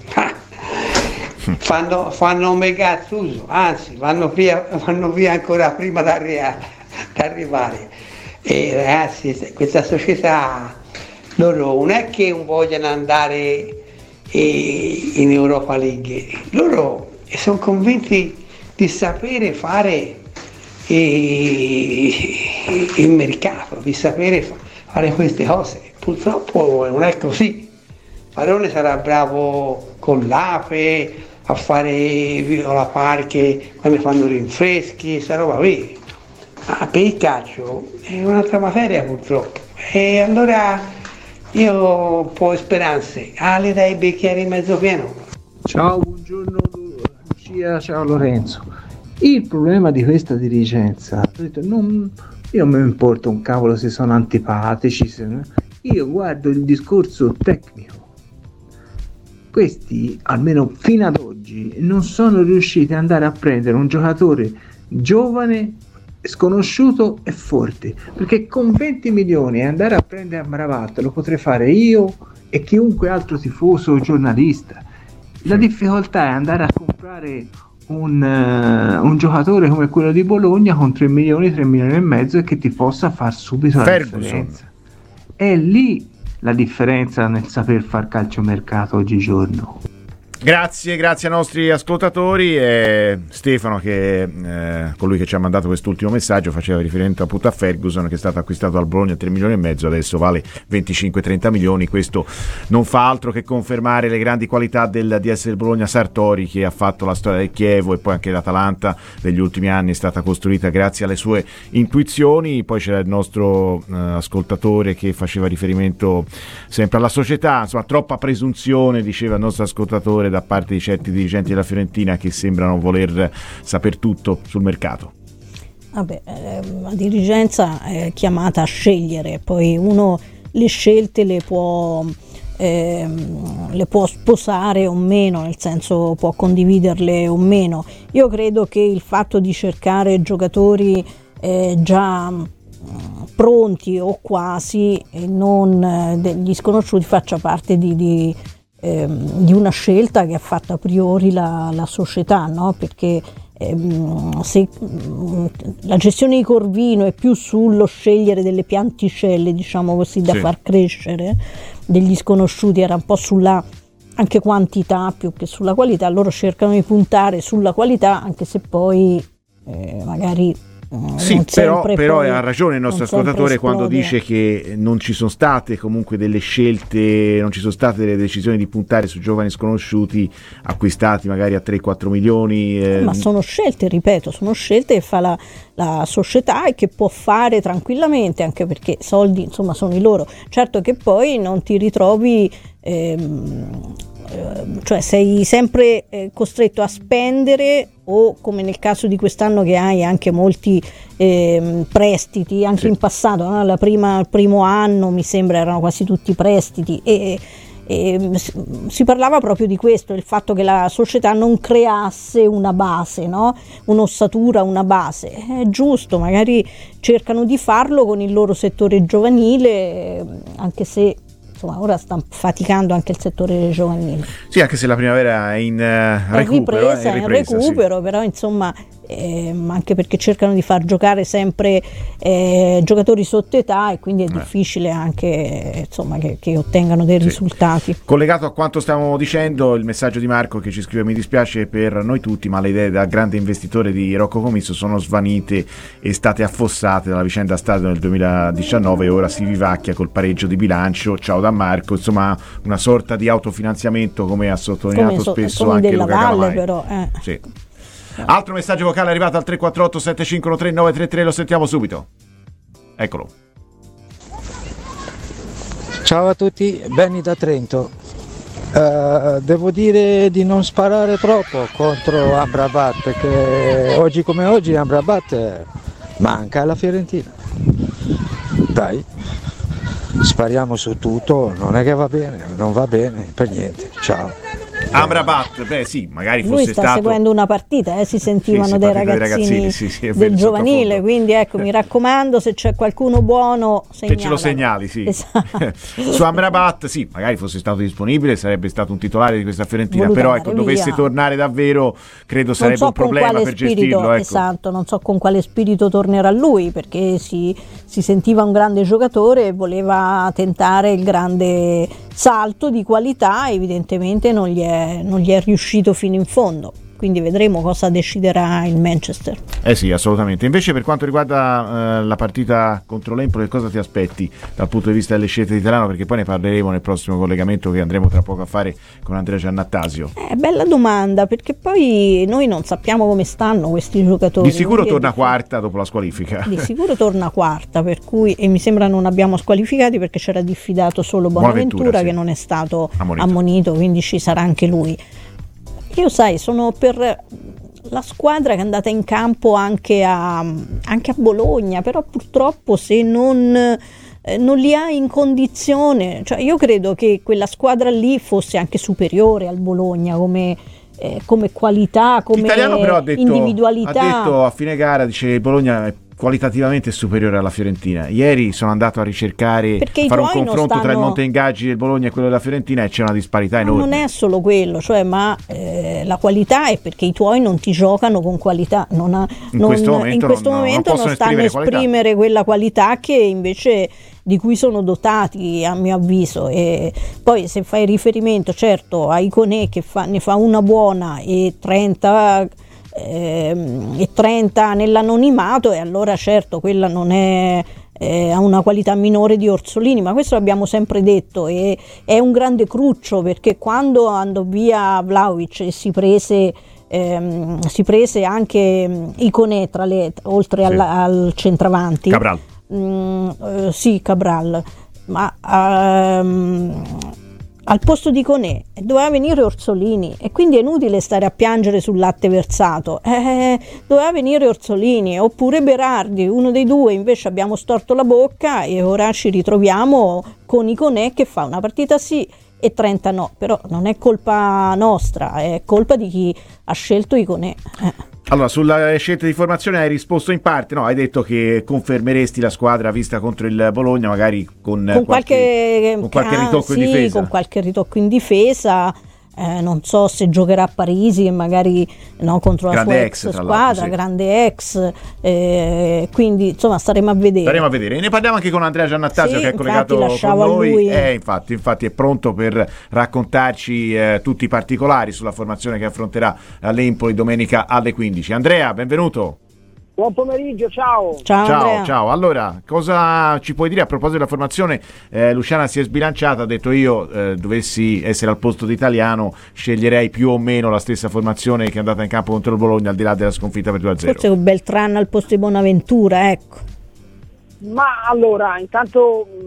S14: Fanno un megazzuso, anzi vanno via ancora prima di arrivare. E ragazzi, questa società, loro non è che non vogliono andare in Europa League, loro sono convinti di sapere fare il mercato, di sapere fare queste cose. Purtroppo non è così. Barone sarà bravo con l'Ape a fare Viola Parche quando fanno rinfreschi, sta roba qui. Ma per il calcio è un'altra materia purtroppo. E allora io ho un po' di speranze. Ale, dai bicchieri mezzo pieno.
S15: Ciao, buongiorno Lucia, ciao Lorenzo. Il problema di questa dirigenza, io non mi importa un cavolo se sono antipatici, io guardo il discorso tecnico. Questi, almeno fino ad oggi, non sono riusciti ad andare a prendere un giocatore giovane, sconosciuto e forte, perché con 20 milioni andare a prendere Amrabat lo potrei fare io e chiunque altro tifoso o giornalista. La difficoltà è andare a comprare un giocatore come quello di Bologna con 3 milioni e mezzo e che ti possa far subito la differenza. È lì la differenza nel saper far calciomercato oggigiorno.
S4: Grazie ai nostri ascoltatori. Stefano, che colui che ci ha mandato quest'ultimo messaggio, faceva riferimento appunto a Ferguson, che è stato acquistato dal Bologna a 3 milioni e mezzo, adesso vale 25-30 milioni. Questo non fa altro che confermare le grandi qualità del DS del Bologna. Sartori, che ha fatto la storia del Chievo e poi anche l'Atalanta degli ultimi anni, è stata costruita grazie alle sue intuizioni. Poi c'era il nostro ascoltatore che faceva riferimento sempre alla società, insomma troppa presunzione, diceva il nostro ascoltatore, da parte di certi dirigenti della Fiorentina che sembrano voler saper tutto sul mercato.
S5: Vabbè, la dirigenza è chiamata a scegliere, poi uno le scelte le può sposare o meno, nel senso può condividerle o meno. Io credo che il fatto di cercare giocatori già pronti o quasi e non degli sconosciuti faccia parte di una scelta che ha fatto a priori la società, no? Perché se la gestione di Corvino è più sullo scegliere delle pianticelle, diciamo così, da far crescere degli sconosciuti, era un po' sulla anche quantità più che sulla qualità. Loro cercano di puntare sulla qualità, anche se poi magari
S4: sì, però ha ragione il nostro ascoltatore quando dice che non ci sono state comunque delle scelte, non ci sono state delle decisioni di puntare su giovani sconosciuti acquistati magari a 3-4 milioni.
S5: Ma sono scelte, ripeto, sono scelte che fa la società e che può fare tranquillamente, anche perché soldi insomma sono i loro. Certo che poi non ti ritrovi cioè sei sempre costretto a spendere, o come nel caso di quest'anno che hai anche molti prestiti, anche in passato, no? Il primo anno mi sembra erano quasi tutti prestiti, e si parlava proprio di questo, il fatto che la società non creasse una base, no? Un'ossatura, una base. È giusto, magari cercano di farlo con il loro settore giovanile, anche se insomma ora sta faticando anche il settore giovanile.
S4: Sì, anche se la primavera è in recupero,
S5: è in recupero, sì. Però insomma anche perché cercano di far giocare sempre giocatori sotto età, e quindi è difficile anche insomma che ottengano dei risultati.
S4: Collegato a quanto stavamo dicendo, il messaggio di Marco che ci scrive: mi dispiace per noi tutti, ma le idee da grande investitore di Rocco Commisso sono svanite e state affossate dalla vicenda stadio nel 2019, e ora si vivacchia col pareggio di bilancio. Ciao da Marco. Insomma, una sorta di autofinanziamento, come ha sottolineato spesso
S5: come
S4: anche
S5: della
S4: Luca
S5: Valle,
S4: Calamai.
S5: però
S4: sì. Altro messaggio vocale arrivato al 348 7513 933, lo sentiamo subito. Eccolo.
S16: Ciao a tutti, Benny da Trento. Devo dire di non sparare troppo contro Amrabat, perché oggi come oggi Amrabat manca alla Fiorentina. Dai, spariamo su tutto, non è che va bene, non va bene per niente. Ciao.
S4: Amrabat, beh sì, magari fosse
S5: lui sta
S4: stato
S5: seguendo una partita, si sentivano dei ragazzini del giovanile, quindi ecco, mi raccomando, se c'è qualcuno buono
S4: che ce lo segnali, sì.
S5: Esatto.
S4: Su Amrabat sì, magari fosse stato disponibile, sarebbe stato un titolare di questa Fiorentina, però ecco, dovesse tornare davvero, credo sarebbe un problema per gestirlo, ecco.
S5: Esatto, non so con quale spirito tornerà lui, perché si sentiva un grande giocatore e voleva tentare il grande salto di qualità, evidentemente non gli è riuscito fino in fondo, quindi vedremo cosa deciderà il Manchester.
S4: Sì, assolutamente. Invece per quanto riguarda la partita contro l'Empoli, che cosa ti aspetti dal punto di vista delle scelte di Italiano? Perché poi ne parleremo nel prossimo collegamento che andremo tra poco a fare con Andrea Giannattasio.
S5: Bella domanda, perché poi noi non sappiamo come stanno questi giocatori.
S4: Di sicuro torna quarta dopo la squalifica.
S5: Di sicuro torna quarta, per cui, e mi sembra non abbiamo squalificati perché c'era diffidato solo Bonaventura, che non è stato ammonito, quindi ci sarà anche lui. Io sono per la squadra che è andata in campo anche a Bologna, però purtroppo se non li ha in condizione, cioè io credo che quella squadra lì fosse anche superiore al Bologna come qualità, come
S4: Italiano però
S5: individualità.
S4: Ha detto a fine gara, dice il Bologna è qualitativamente superiore alla Fiorentina. Ieri sono andato a ricercare, fare un confronto tra il monte ingaggi del Bologna e quello della Fiorentina, e c'è una disparità enorme.
S5: Non è solo quello, cioè, ma la qualità è perché i tuoi non ti giocano con qualità, in questo momento non stanno a esprimere quella qualità che invece di cui sono dotati, a mio avviso. E poi se fai riferimento certo a Iconé che ne fa una buona e 30 nell'anonimato, e allora certo quella non è ha una qualità minore di Orsolini, ma questo l'abbiamo sempre detto, e è un grande cruccio, perché quando andò via Vlahovic e si prese anche Iconé oltre al centravanti,
S4: Cabral.
S5: Sì, Cabral, ma al posto di Iconé doveva venire Orsolini, e quindi è inutile stare a piangere sul latte versato. Doveva venire Orsolini oppure Berardi, uno dei due. Invece abbiamo storto la bocca e ora ci ritroviamo con Iconé che fa una partita sì e 30 no, però non è colpa nostra, è colpa di chi ha scelto Iconé.
S4: Allora, sulla scelta di formazione hai risposto in parte, no? Hai detto che confermeresti la squadra vista contro il Bologna, magari con qualche ritocco in difesa. Con qualche ritocco in difesa.
S5: Non so se giocherà a Parisi, e magari contro la sua ex squadra, sì. Grande ex, quindi insomma staremo a vedere.
S4: E ne parliamo anche con Andrea Giannattasio, che è collegato con noi. Infatti è pronto per raccontarci tutti i particolari sulla formazione che affronterà l'Empoli domenica alle 15. Andrea, benvenuto.
S17: Buon pomeriggio, ciao.
S4: Ciao. Allora, cosa ci puoi dire a proposito della formazione? Luciana si è sbilanciata, ha detto io dovessi essere al posto di Italiano sceglierei più o meno la stessa formazione che è andata in campo contro il Bologna, al di là della sconfitta per 2-0.
S5: Forse con Beltrán al posto di Bonaventura, ecco.
S17: Ma allora, intanto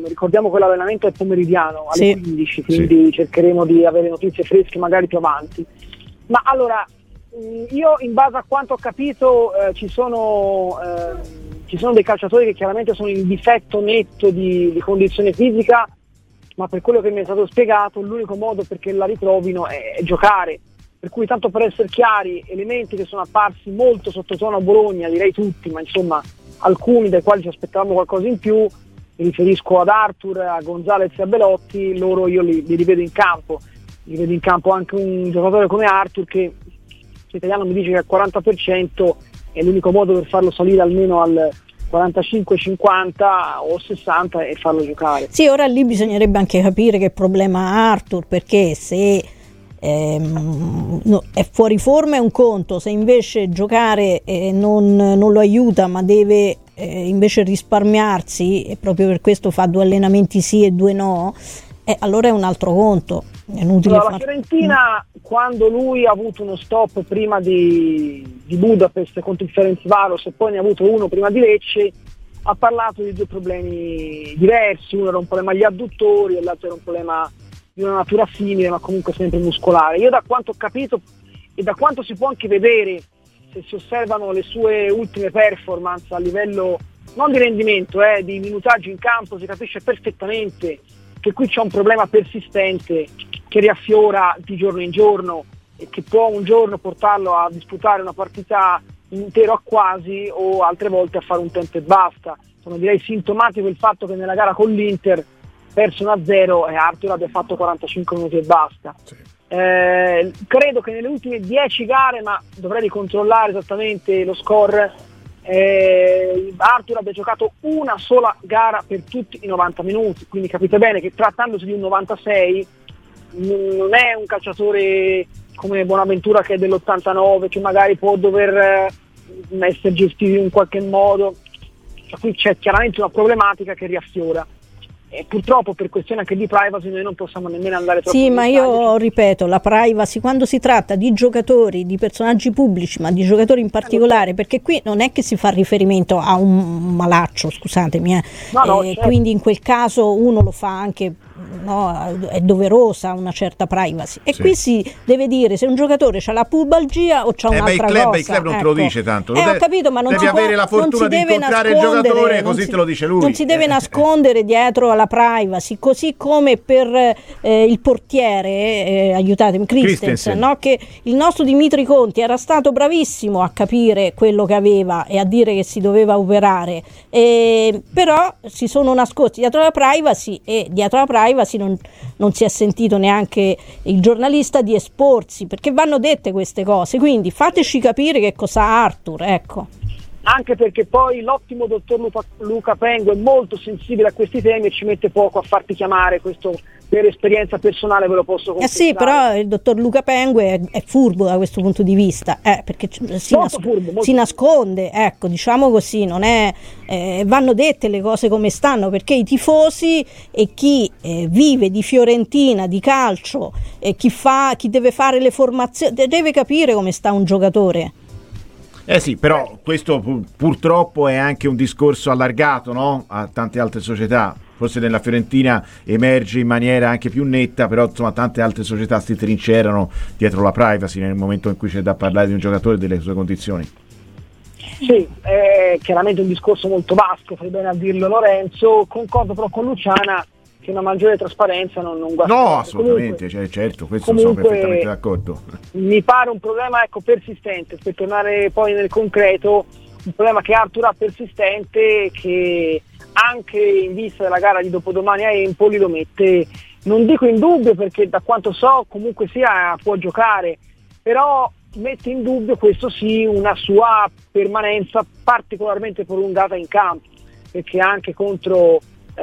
S17: ricordiamo che l'allenamento è pomeridiano alle 15, quindi cercheremo di avere notizie fresche magari più avanti. Ma allora, io in base a quanto ho capito ci sono dei calciatori che chiaramente sono in difetto netto di condizione fisica, ma per quello che mi è stato spiegato l'unico modo perché la ritrovino è giocare. Per cui, tanto per essere chiari, elementi che sono apparsi molto sottotono a Bologna, direi tutti, ma insomma alcuni dai quali ci aspettavamo qualcosa in più, mi riferisco ad Arthur, a Gonzalez e a Belotti, loro io li rivedo in campo. Li vedo in campo anche un giocatore come Arthur che l'italiano mi dice che al 40% è l'unico modo per farlo salire almeno al 45, 50 o 60 e farlo giocare.
S5: Sì, ora lì bisognerebbe anche capire che problema ha Arthur, perché se è fuori forma è un conto, se invece giocare non lo aiuta ma deve invece risparmiarsi e proprio per questo fa 2 allenamenti sì e 2 no, allora è un altro conto. È inutile
S17: la Fiorentina, quando lui ha avuto uno stop prima di Budapest contro il Ferencváros e poi ne ha avuto uno prima di Lecce, ha parlato di 2 problemi diversi. Uno era un problema agli adduttori e l'altro era un problema di una natura simile ma comunque sempre muscolare. Io da quanto ho capito e da quanto si può anche vedere, se si osservano le sue ultime performance a livello non di rendimento, di minutaggio in campo, si capisce perfettamente che qui c'è un problema persistente che riaffiora di giorno in giorno e che può un giorno portarlo a disputare una partita intero a quasi o altre volte a fare un tempo e basta. Sono direi sintomatico il fatto che nella gara con l'Inter perso 1-0 e Arthur abbia fatto 45 minuti e basta. Sì. Credo che nelle ultime 10 gare, ma dovrei ricontrollare esattamente lo score, Arthur abbia giocato una sola gara per tutti i 90 minuti, quindi capite bene che trattandosi di un 96 non è un calciatore come Bonaventura che è dell'89, che magari può dover essere gestito in qualche modo. Qui c'è chiaramente una problematica che riaffiora. E purtroppo per questione anche di privacy noi non possiamo nemmeno andare troppo.
S5: Sì, ma io ripeto, la privacy quando si tratta di giocatori, di personaggi pubblici, ma di giocatori in particolare, perché qui non è che si fa riferimento a un malaccio, scusatemi, certo. Quindi in quel caso uno lo fa anche, no, è doverosa una certa privacy. E qui si deve dire se un giocatore ha la pubalgia o c'ha un'altra cosa.
S4: Il club non te lo dice tanto.
S5: Ho capito, ma non
S4: devi avere la fortuna di incontrare il giocatore, così te lo dice lui.
S5: Non si deve nascondere dietro alla privacy, così come per il portiere, aiutatemi, Christensen, no? Che il nostro Dimitri Conti era stato bravissimo a capire quello che aveva e a dire che si doveva operare, però si sono nascosti dietro la privacy e dietro la privacy non si è sentito neanche il giornalista di esporsi, perché vanno dette queste cose, quindi fateci capire che cosa ha Arthur, ecco.
S17: Anche perché poi l'ottimo dottor Luca Pengo è molto sensibile a questi temi e ci mette poco a farti chiamare, questo per esperienza personale ve lo posso confessare.
S5: Sì, però il dottor Luca Pengo è furbo da questo punto di vista, perché si nasconde, ecco, diciamo così, non è vanno dette le cose come stanno, perché i tifosi e chi vive di Fiorentina, di calcio, chi deve fare le formazioni, deve capire come sta un giocatore.
S4: Sì, però questo purtroppo è anche un discorso allargato, no? A tante altre società. Forse nella Fiorentina emerge in maniera anche più netta, però insomma tante altre società si trincerano dietro la privacy nel momento in cui c'è da parlare di un giocatore e delle sue condizioni.
S17: Sì, è chiaramente un discorso molto vasto, fai bene a dirlo Lorenzo. Concordo però con Luciana che una maggiore trasparenza non guarda.
S4: No, assolutamente, comunque, certo, questo sono perfettamente d'accordo.
S17: Mi pare un problema persistente, per tornare poi nel concreto, un problema che Arthur ha persistente, che anche in vista della gara di dopodomani a Empoli lo mette, non dico in dubbio perché da quanto so comunque sia può giocare, però mette in dubbio, questo sì, una sua permanenza particolarmente prolungata in campo, perché anche contro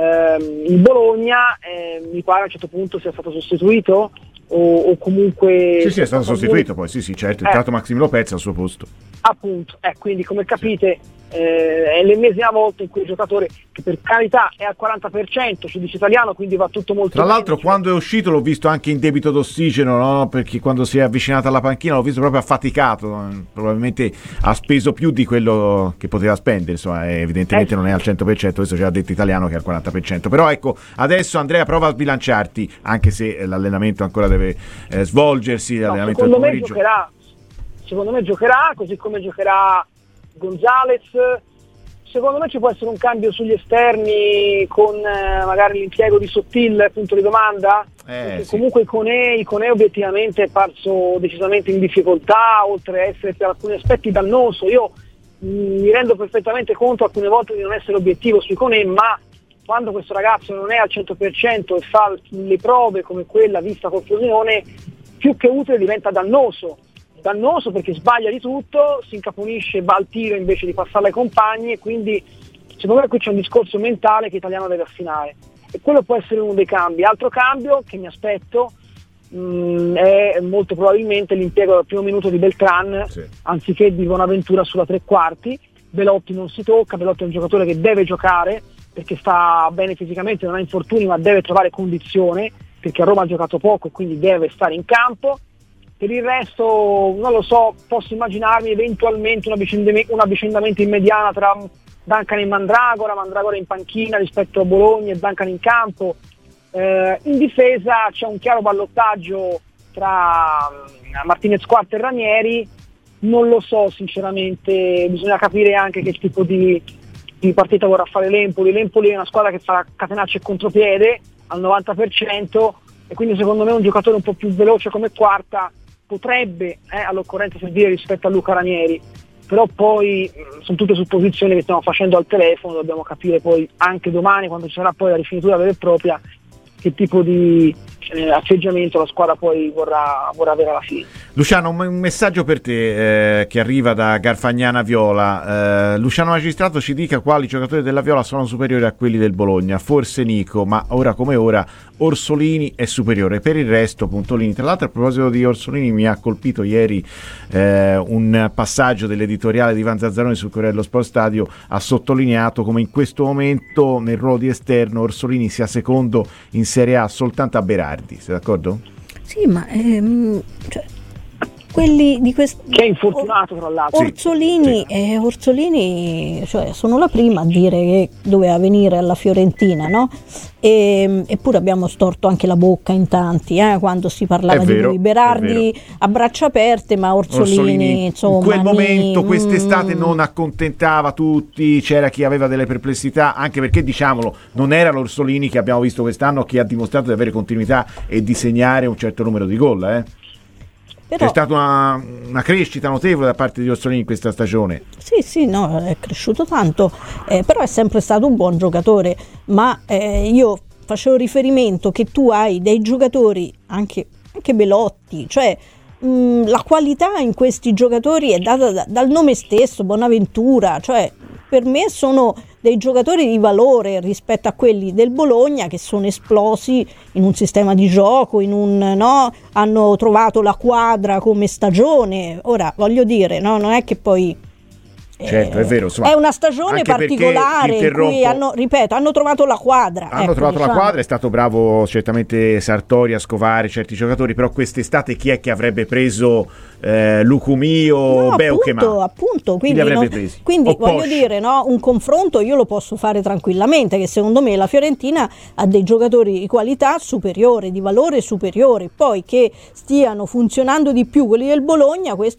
S17: il Bologna mi pare a un certo punto sia stato sostituito o comunque
S4: sì è stato sostituito poi sì certo, è entrato Maxim Lopez al suo posto,
S17: appunto, quindi come capite è l'ennesima volta in cui il giocatore, che per carità è al 40%, ci dice italiano, quindi va tutto molto
S4: tra
S17: bene.
S4: l'altro quando è uscito l'ho visto anche in debito d'ossigeno, no? Perché quando si è avvicinato alla panchina l'ho visto proprio affaticato, probabilmente ha speso più di quello che poteva spendere, insomma, evidentemente non è al 100%, questo ci ha detto italiano che è al 40%, però ecco, adesso Andrea prova a sbilanciarti, anche se l'allenamento ancora deve svolgersi, l'allenamento del pomeriggio.
S17: Secondo me giocherà, così come giocherà Gonzalez. Secondo me ci può essere un cambio sugli esterni con magari l'impiego di Sottil, punto di domanda, perché
S4: sì.
S17: Comunque Iconè obiettivamente è parso decisamente in difficoltà, oltre a essere per alcuni aspetti dannoso. Io mi rendo perfettamente conto alcune volte di non essere obiettivo su Iconè, ma quando questo ragazzo non è al 100% e fa le prove come quella vista col Frosinone, più che utile diventa dannoso perché sbaglia di tutto, si incaponisce, va al tiro invece di passarla ai compagni, e quindi secondo me qui c'è un discorso mentale che Italiano deve affinare, e quello può essere uno dei cambi. Altro cambio che mi aspetto è molto probabilmente l'impiego del primo minuto di Beltran, anziché di Bonaventura sulla tre quarti. Belotti non si tocca, Belotti è un giocatore che deve giocare perché sta bene fisicamente, non ha infortuni, ma deve trovare condizione, perché a Roma ha giocato poco e quindi deve stare in campo. Per il resto non lo so, posso immaginarmi eventualmente un avvicendamento in mediana tra Duncan e Mandragora in panchina rispetto a Bologna e Duncan in campo. In difesa c'è un chiaro ballottaggio tra Martinez Quarta e Ranieri, non lo so sinceramente, bisogna capire anche che tipo di partita vorrà fare l'Empoli. L'Empoli è una squadra che fa catenaccio e contropiede al 90%, e quindi secondo me un giocatore un po' più veloce come Quarta potrebbe all'occorrenza servire rispetto a Luca Ranieri, però poi sono tutte supposizioni che stiamo facendo al telefono. Dobbiamo capire poi anche domani, quando ci sarà poi la rifinitura vera e propria, che tipo di atteggiamento la squadra poi vorrà avere alla fine.
S4: Luciano, un messaggio per te che arriva da Garfagnana Viola. Luciano Magistrato ci dica quali giocatori della Viola sono superiori a quelli del Bologna. Forse Nico, ma ora come ora Orsolini è superiore. Per il resto Puntolini. Tra l'altro, a proposito di Orsolini, mi ha colpito ieri un passaggio dell'editoriale di Ivan Zazzaroni sul Corriere dello Sport Stadio. Ha sottolineato come in questo momento nel ruolo di esterno Orsolini sia secondo in Serie A soltanto a Berardi. Sei d'accordo?
S5: Sì, ma quelli di che
S17: è infortunato tra l'altro.
S5: Orsolini, cioè, sono la prima a dire che doveva venire alla Fiorentina, no? Eppure abbiamo storto anche la bocca in tanti quando si parlava di lui. Berardi a braccia aperte, ma Orsolini insomma,
S4: in quel momento quest'estate non accontentava tutti, c'era chi aveva delle perplessità, anche perché, diciamolo, non era l'Orsolini che abbiamo visto quest'anno, che ha dimostrato di avere continuità e di segnare un certo numero di gol. Però c'è stata una crescita notevole da parte di Orsolini in questa stagione.
S5: Sì, no, è cresciuto tanto, però è sempre stato un buon giocatore, ma io facevo riferimento che tu hai dei giocatori, anche Belotti, cioè la qualità in questi giocatori è data dal nome stesso, Bonaventura, cioè per me sono dei giocatori di valore rispetto a quelli del Bologna, che sono esplosi in un sistema di gioco, hanno trovato la quadra come stagione. Ora voglio dire, non è che poi
S4: certo, è vero, insomma,
S5: è una stagione particolare in cui hanno trovato la quadra.
S4: La quadra, è stato bravo certamente Sartori a scovare certi giocatori, però quest'estate chi è che avrebbe preso Lucumí o Beukema?
S5: Appunto, quindi voglio dire, un confronto io lo posso fare tranquillamente, che secondo me la Fiorentina ha dei giocatori di qualità superiore, di valore superiore, poi che stiano funzionando di più quelli del Bologna, questo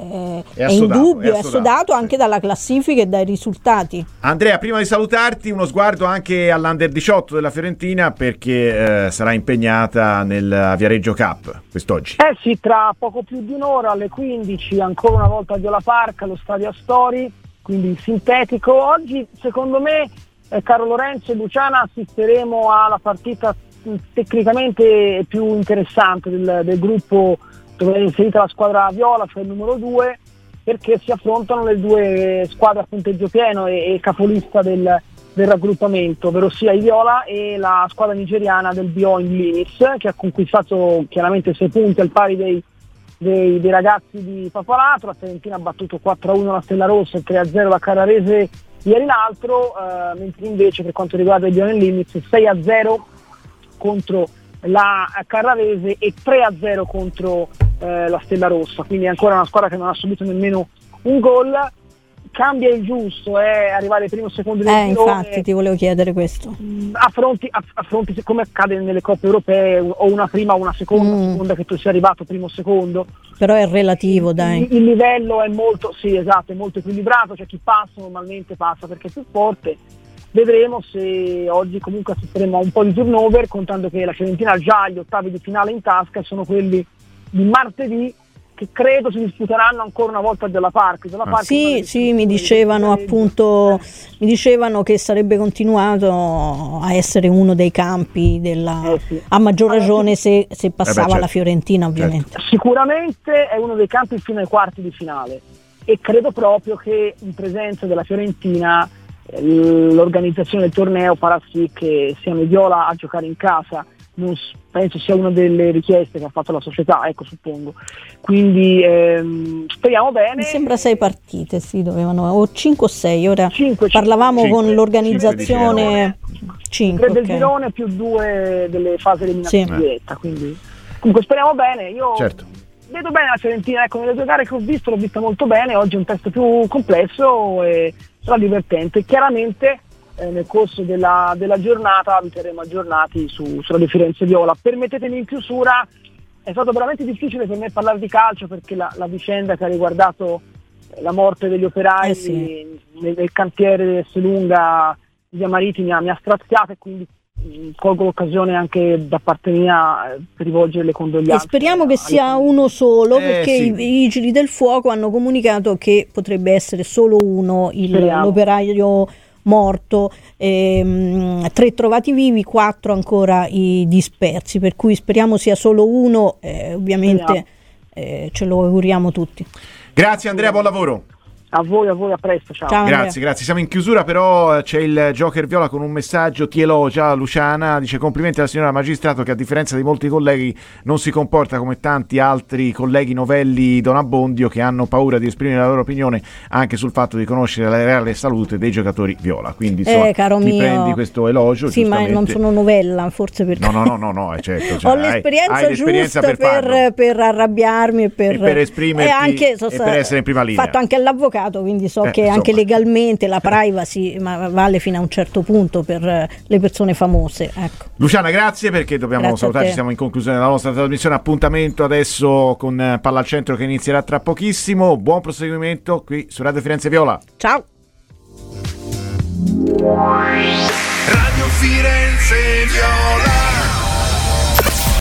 S5: è indubbio, è assodato anche dalla classifica e dai risultati.
S4: Andrea, prima di salutarti, uno sguardo anche all'Under 18 della Fiorentina, perché sarà impegnata nel Viareggio Cup quest'oggi.
S17: Sì, tra poco più di un'ora alle 15 ancora una volta a Viola Park, allo Stadio Astori, quindi il sintetico. Oggi secondo me, caro Lorenzo e Luciana, assisteremo alla partita tecnicamente più interessante del gruppo dove è inserita la squadra viola, cioè il numero 2, perché si affrontano le due squadre a punteggio pieno e capolista del raggruppamento, ovvero sia i viola e la squadra nigeriana del BO Linis, che ha conquistato chiaramente 6 punti al pari dei dei ragazzi di Papalato. La Fiorentina ha battuto 4-1 la Stella Rossa e 3-0 la Carrarese ieri l'altro, mentre invece per quanto riguarda il Lionel Limits 6-0 contro la Carrarese e 3-0 contro la Stella Rossa, quindi è ancora una squadra che non ha subito nemmeno un gol. Cambia il giusto, arrivare primo o secondo del girone.
S5: Infatti ti volevo chiedere questo.
S17: A fronti come accade nelle coppe europee, o una prima o una seconda che tu sia arrivato primo o secondo.
S5: Però è relativo, dai.
S17: Il livello è molto, sì, esatto, è molto equilibrato, cioè chi passa normalmente passa perché è più forte. Vedremo se oggi comunque assisteremo a un po' di turnover, contando che la Fiorentina ha già gli ottavi di finale in tasca, e sono quelli di martedì, che credo si disputeranno ancora una volta della Park.
S5: Sì, mi dicevano che sarebbe continuato a essere uno dei campi a maggior ragione se passava la Fiorentina, ovviamente.
S17: Certo. Sicuramente è uno dei campi fino ai quarti di finale, e credo proprio che in presenza della Fiorentina l'organizzazione del torneo farà sì che siano i viola a giocare in casa. Non penso sia una delle richieste che ha fatto la società, suppongo. Quindi speriamo bene.
S5: Mi sembra 6 partite, sì, dovevano, o 5 o 6. Ora parlavamo con l'organizzazione 5
S17: del girone più 2 delle fasi eliminative diretta, quindi comunque speriamo bene. Io vedo bene la Fiorentina, nelle 2 gare che ho visto l'ho vista molto bene. Oggi è un test più complesso e sarà divertente. Chiaramente nel corso della giornata vi terremo aggiornati sulle Firenze Viola. Permettetemi in chiusura, è stato veramente difficile per me parlare di calcio, perché la vicenda che ha riguardato la morte degli operai nel cantiere Esselunga di Via Maritimi mi ha straziato, e quindi colgo l'occasione anche da parte mia per rivolgere le condoglianze.
S5: E speriamo che sia uno solo, perché i vigili del fuoco hanno comunicato che potrebbe essere solo uno l'operaio morto, 3 trovati vivi, 4 ancora i dispersi, per cui speriamo sia solo uno, ovviamente ce lo auguriamo tutti.
S4: Grazie Andrea, buon lavoro.
S17: A voi, a presto, ciao.
S4: Grazie. Siamo in chiusura, però c'è il Joker Viola con un messaggio, ti elogia Luciana, dice: complimenti alla signora magistrato che a differenza di molti colleghi non si comporta come tanti altri colleghi novelli Don Abbondio, che hanno paura di esprimere la loro opinione anche sul fatto di conoscere la reale salute dei giocatori viola. Quindi insomma,
S5: caro
S4: ti
S5: mio,
S4: prendi questo elogio.
S5: Sì, ma non sono novella, forse perché
S4: no, certo, cioè,
S5: ho l'esperienza giusta per arrabbiarmi e per
S4: esprimerti
S5: anche,
S4: e per essere in prima linea.
S5: Ho fatto anche l'avvocato, quindi so che anche legalmente la privacy vale fino a un certo punto per le persone famose. Ecco.
S4: Luciana, grazie, perché dobbiamo salutarci, siamo in conclusione della nostra trasmissione. Appuntamento adesso con Palla al Centro, che inizierà tra pochissimo. Buon proseguimento qui su Radio Firenze Viola.
S5: Ciao.
S8: Radio Firenze Viola.